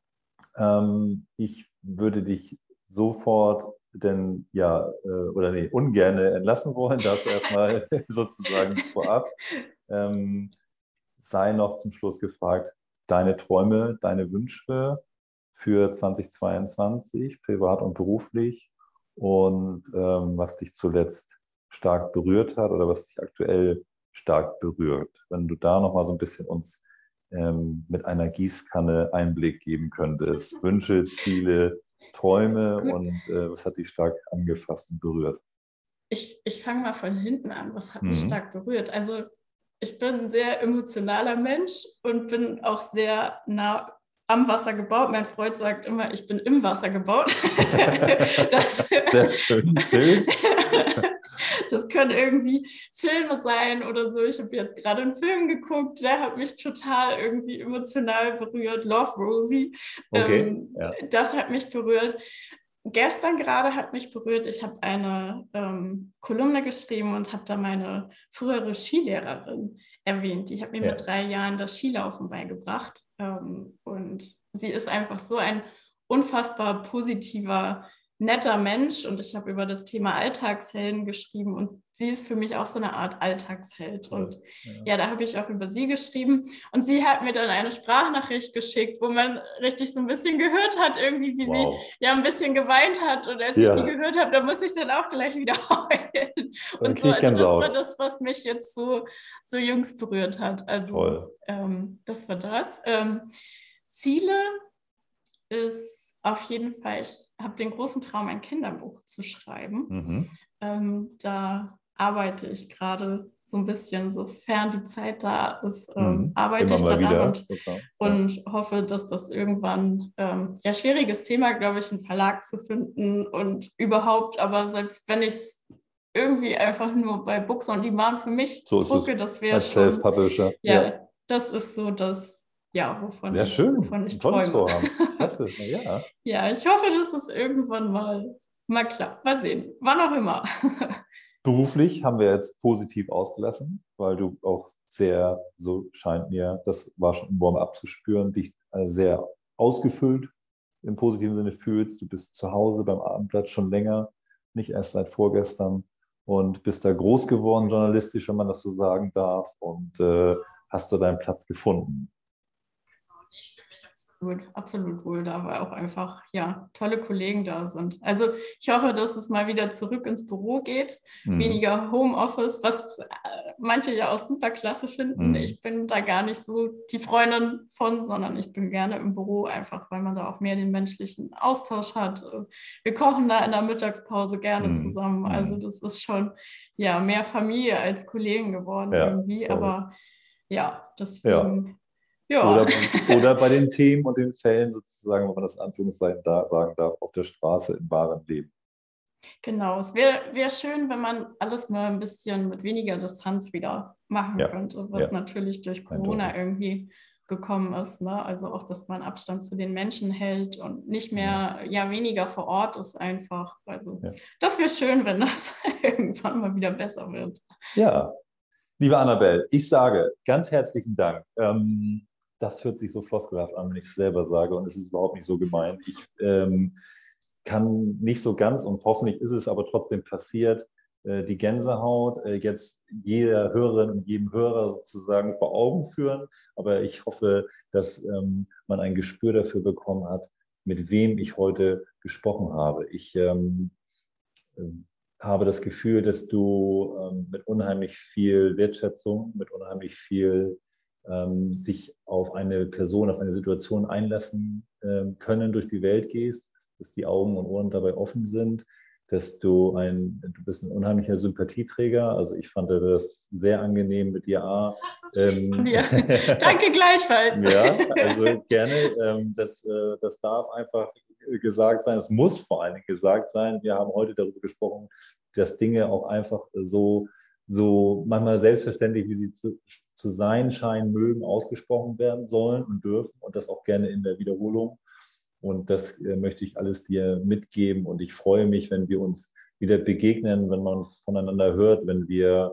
[SPEAKER 1] Ähm, ich würde dich sofort denn ja, äh, oder nee, ungerne entlassen wollen. Das erstmal sozusagen vorab. Ähm, sei noch zum Schluss gefragt, deine Träume, deine Wünsche für zweitausendzweiundzwanzig, privat und beruflich und ähm, was dich zuletzt stark berührt hat oder was dich aktuell stark berührt. Wenn du da noch mal so ein bisschen uns ähm, mit einer Gießkanne Einblick geben könntest. Wünsche, Ziele, Träume
[SPEAKER 2] Gut,
[SPEAKER 1] und äh, was hat dich stark angefasst und berührt?
[SPEAKER 2] ich, ich fange mal von hinten an. Was hat mich
[SPEAKER 1] Mhm.
[SPEAKER 2] stark berührt? Also ich bin ein sehr emotionaler Mensch und bin auch sehr nah am Wasser gebaut. Mein Freund sagt immer, ich bin im Wasser gebaut. das,
[SPEAKER 1] Sehr schönes Bild.
[SPEAKER 2] Das können irgendwie Filme sein oder so. Ich habe jetzt gerade einen Film geguckt, der hat mich total irgendwie emotional berührt. Love, Rosie.
[SPEAKER 1] Okay,
[SPEAKER 2] Ähm,
[SPEAKER 1] ja.
[SPEAKER 2] Das hat mich berührt. Gestern gerade hat mich berührt, ich habe eine ähm, Kolumne geschrieben und habe da meine frühere Skilehrerin erwähnt. Die hat mir
[SPEAKER 1] Ja.
[SPEAKER 2] mit drei Jahren das Skilaufen beigebracht. Ähm, und sie ist einfach so ein unfassbar positiver, netter Mensch. Und ich habe über das Thema Alltagshelden geschrieben und sie ist für mich auch so eine Art Alltagsheld. Und
[SPEAKER 1] Ja,
[SPEAKER 2] ja, da habe ich auch über sie geschrieben. Und sie hat mir dann eine Sprachnachricht geschickt, wo man richtig so ein bisschen gehört hat, irgendwie, wie
[SPEAKER 1] wow.
[SPEAKER 2] sie ja ein bisschen geweint hat. Und als
[SPEAKER 1] Ja.
[SPEAKER 2] ich die gehört habe, da muss ich dann auch gleich wieder heulen. Und so,
[SPEAKER 1] ich
[SPEAKER 2] also das
[SPEAKER 1] aus.
[SPEAKER 2] war das, was mich jetzt so, so jüngst berührt hat. Also ähm, das war das. Ähm, Ziele ist auf jeden Fall, ich habe den großen Traum, ein Kinderbuch zu schreiben.
[SPEAKER 1] Mhm.
[SPEAKER 2] Ähm, da arbeite ich gerade so ein bisschen, sofern die Zeit da ist, ähm,
[SPEAKER 1] Mhm.
[SPEAKER 2] arbeite
[SPEAKER 1] Immer
[SPEAKER 2] ich
[SPEAKER 1] mal
[SPEAKER 2] daran
[SPEAKER 1] wieder.
[SPEAKER 2] und,
[SPEAKER 1] Ja.
[SPEAKER 2] und hoffe, dass das irgendwann, ähm, ja, schwieriges Thema, glaube ich, einen Verlag zu finden und überhaupt, aber selbst wenn ich es irgendwie einfach nur bei Books on Demand für mich
[SPEAKER 1] So ist
[SPEAKER 2] drucke,
[SPEAKER 1] es.
[SPEAKER 2] das wäre
[SPEAKER 1] Als
[SPEAKER 2] schon,
[SPEAKER 1] Self-Publisher.
[SPEAKER 2] ja,
[SPEAKER 1] Ja.
[SPEAKER 2] das ist so das, ja, wovon
[SPEAKER 1] Sehr
[SPEAKER 2] ich,
[SPEAKER 1] schön.
[SPEAKER 2] wovon ich
[SPEAKER 1] Ein tolles
[SPEAKER 2] träume.
[SPEAKER 1] Vorhaben. Klasse. Ja.
[SPEAKER 2] Ja, ich hoffe, dass es irgendwann mal, mal klappt. Mal sehen. Wann auch immer.
[SPEAKER 1] Beruflich haben wir jetzt positiv ausgelassen, weil du auch sehr, so scheint mir, das war schon im Warm-up zu spüren, dich äh, sehr ausgefüllt im positiven Sinne fühlst. Du bist zu Hause beim Abendblatt schon länger, nicht erst seit vorgestern und bist da groß geworden journalistisch, wenn man das so sagen darf, und äh, hast du deinen Platz gefunden.
[SPEAKER 2] Ich fühle mich absolut, absolut wohl da, weil auch einfach, ja, tolle Kollegen da sind. Also ich hoffe, dass es mal wieder zurück ins Büro geht,
[SPEAKER 1] Mhm.
[SPEAKER 2] weniger Homeoffice, was äh, manche ja auch super klasse finden.
[SPEAKER 1] Mhm.
[SPEAKER 2] Ich bin da gar nicht so die Freundin von, sondern ich bin gerne im Büro, einfach weil man da auch mehr den menschlichen Austausch hat. Wir kochen da in der Mittagspause gerne
[SPEAKER 1] Mhm.
[SPEAKER 2] zusammen. Also das ist schon, ja, mehr Familie als Kollegen geworden
[SPEAKER 1] Ja,
[SPEAKER 2] irgendwie.
[SPEAKER 1] toll.
[SPEAKER 2] Aber ja, deswegen...
[SPEAKER 1] Ja.
[SPEAKER 2] Ja.
[SPEAKER 1] Oder, oder bei den Themen und den Fällen sozusagen, wenn man das in Anführungszeichen da sagen darf, auf der Straße im wahren Leben.
[SPEAKER 2] Genau, es wäre wär schön, wenn man alles mal ein bisschen mit weniger Distanz wieder machen
[SPEAKER 1] Ja.
[SPEAKER 2] könnte, was
[SPEAKER 1] Ja.
[SPEAKER 2] natürlich durch Corona
[SPEAKER 1] Eindeutig.
[SPEAKER 2] irgendwie gekommen ist. Ne? Also auch, dass man Abstand zu den Menschen hält und nicht mehr, ja, ja weniger vor Ort ist einfach. Also
[SPEAKER 1] Ja.
[SPEAKER 2] das wäre schön, wenn das irgendwann mal wieder besser wird.
[SPEAKER 1] Ja, liebe Annabelle, ich sage ganz herzlichen Dank. Ähm, das hört sich so floskelhaft an, wenn ich es selber sage, und es ist überhaupt nicht so gemeint. Ich ähm, kann nicht so ganz, und hoffentlich ist es aber trotzdem passiert, äh, die Gänsehaut äh, jetzt jeder Hörerin und jedem Hörer sozusagen vor Augen führen. Aber ich hoffe, dass ähm, man ein Gespür dafür bekommen hat, mit wem ich heute gesprochen habe. Ich ähm, habe das Gefühl, dass du ähm, mit unheimlich viel Wertschätzung, mit unheimlich viel ähm, sich auf eine Person, auf eine Situation einlassen ähm, können, durch die Welt gehst, dass die Augen und Ohren dabei offen sind, dass du ein, du bist ein unheimlicher Sympathieträger. Also ich fand das sehr angenehm mit dir. Ah,
[SPEAKER 2] das ist lieb
[SPEAKER 1] ähm,
[SPEAKER 2] von dir. Danke gleichfalls.
[SPEAKER 1] Ja, also gerne. Ähm, das, äh, das darf einfach gesagt sein. Es muss vor allen Dingen gesagt sein. Wir haben heute darüber gesprochen, dass Dinge auch einfach so, so manchmal selbstverständlich, wie sie zu, zu sein scheinen mögen, ausgesprochen werden sollen und dürfen, und das auch gerne in der Wiederholung. Und das äh, möchte ich alles dir mitgeben. Und ich freue mich, wenn wir uns wieder begegnen, wenn man voneinander hört, wenn wir,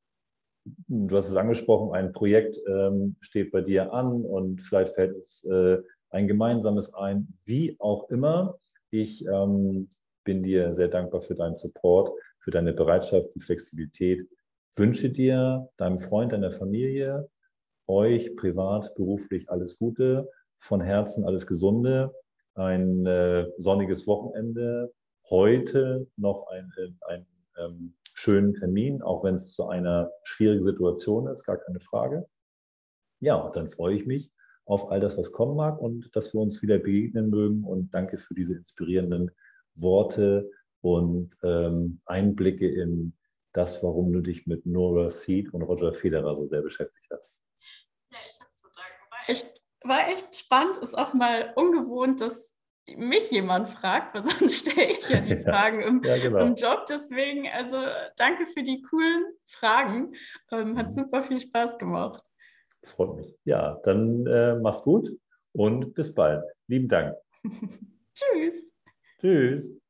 [SPEAKER 1] du hast es angesprochen, ein Projekt ähm, steht bei dir an und vielleicht fällt uns äh, ein gemeinsames ein, wie auch immer. Ich ähm, bin dir sehr dankbar für deinen Support, für deine Bereitschaft, die Flexibilität. Wünsche dir, deinem Freund, deiner Familie, euch privat, beruflich alles Gute, von Herzen alles Gesunde, ein äh, sonniges Wochenende, heute noch ein, ein, ein schönen Termin, auch wenn es zu einer schwierigen Situation ist, gar keine Frage. Ja, und dann freue ich mich auf all das, was kommen mag, und dass wir uns wieder begegnen mögen. Und danke für diese inspirierenden Worte und ähm, Einblicke in das, warum du dich mit Nora Seed und Roger Federer so sehr beschäftigt hast.
[SPEAKER 2] Ja, ich habe zu danken. War echt war echt spannend, ist auch mal ungewohnt, dass mich jemand fragt, weil sonst stelle ich ja die Fragen im,
[SPEAKER 1] Ja, genau.
[SPEAKER 2] im Job. Deswegen, also danke für die coolen Fragen. Ähm, hat super viel Spaß gemacht.
[SPEAKER 1] Das freut mich. Ja, dann äh, mach's gut und bis bald. Lieben Dank.
[SPEAKER 2] Tschüss.
[SPEAKER 1] Tschüss.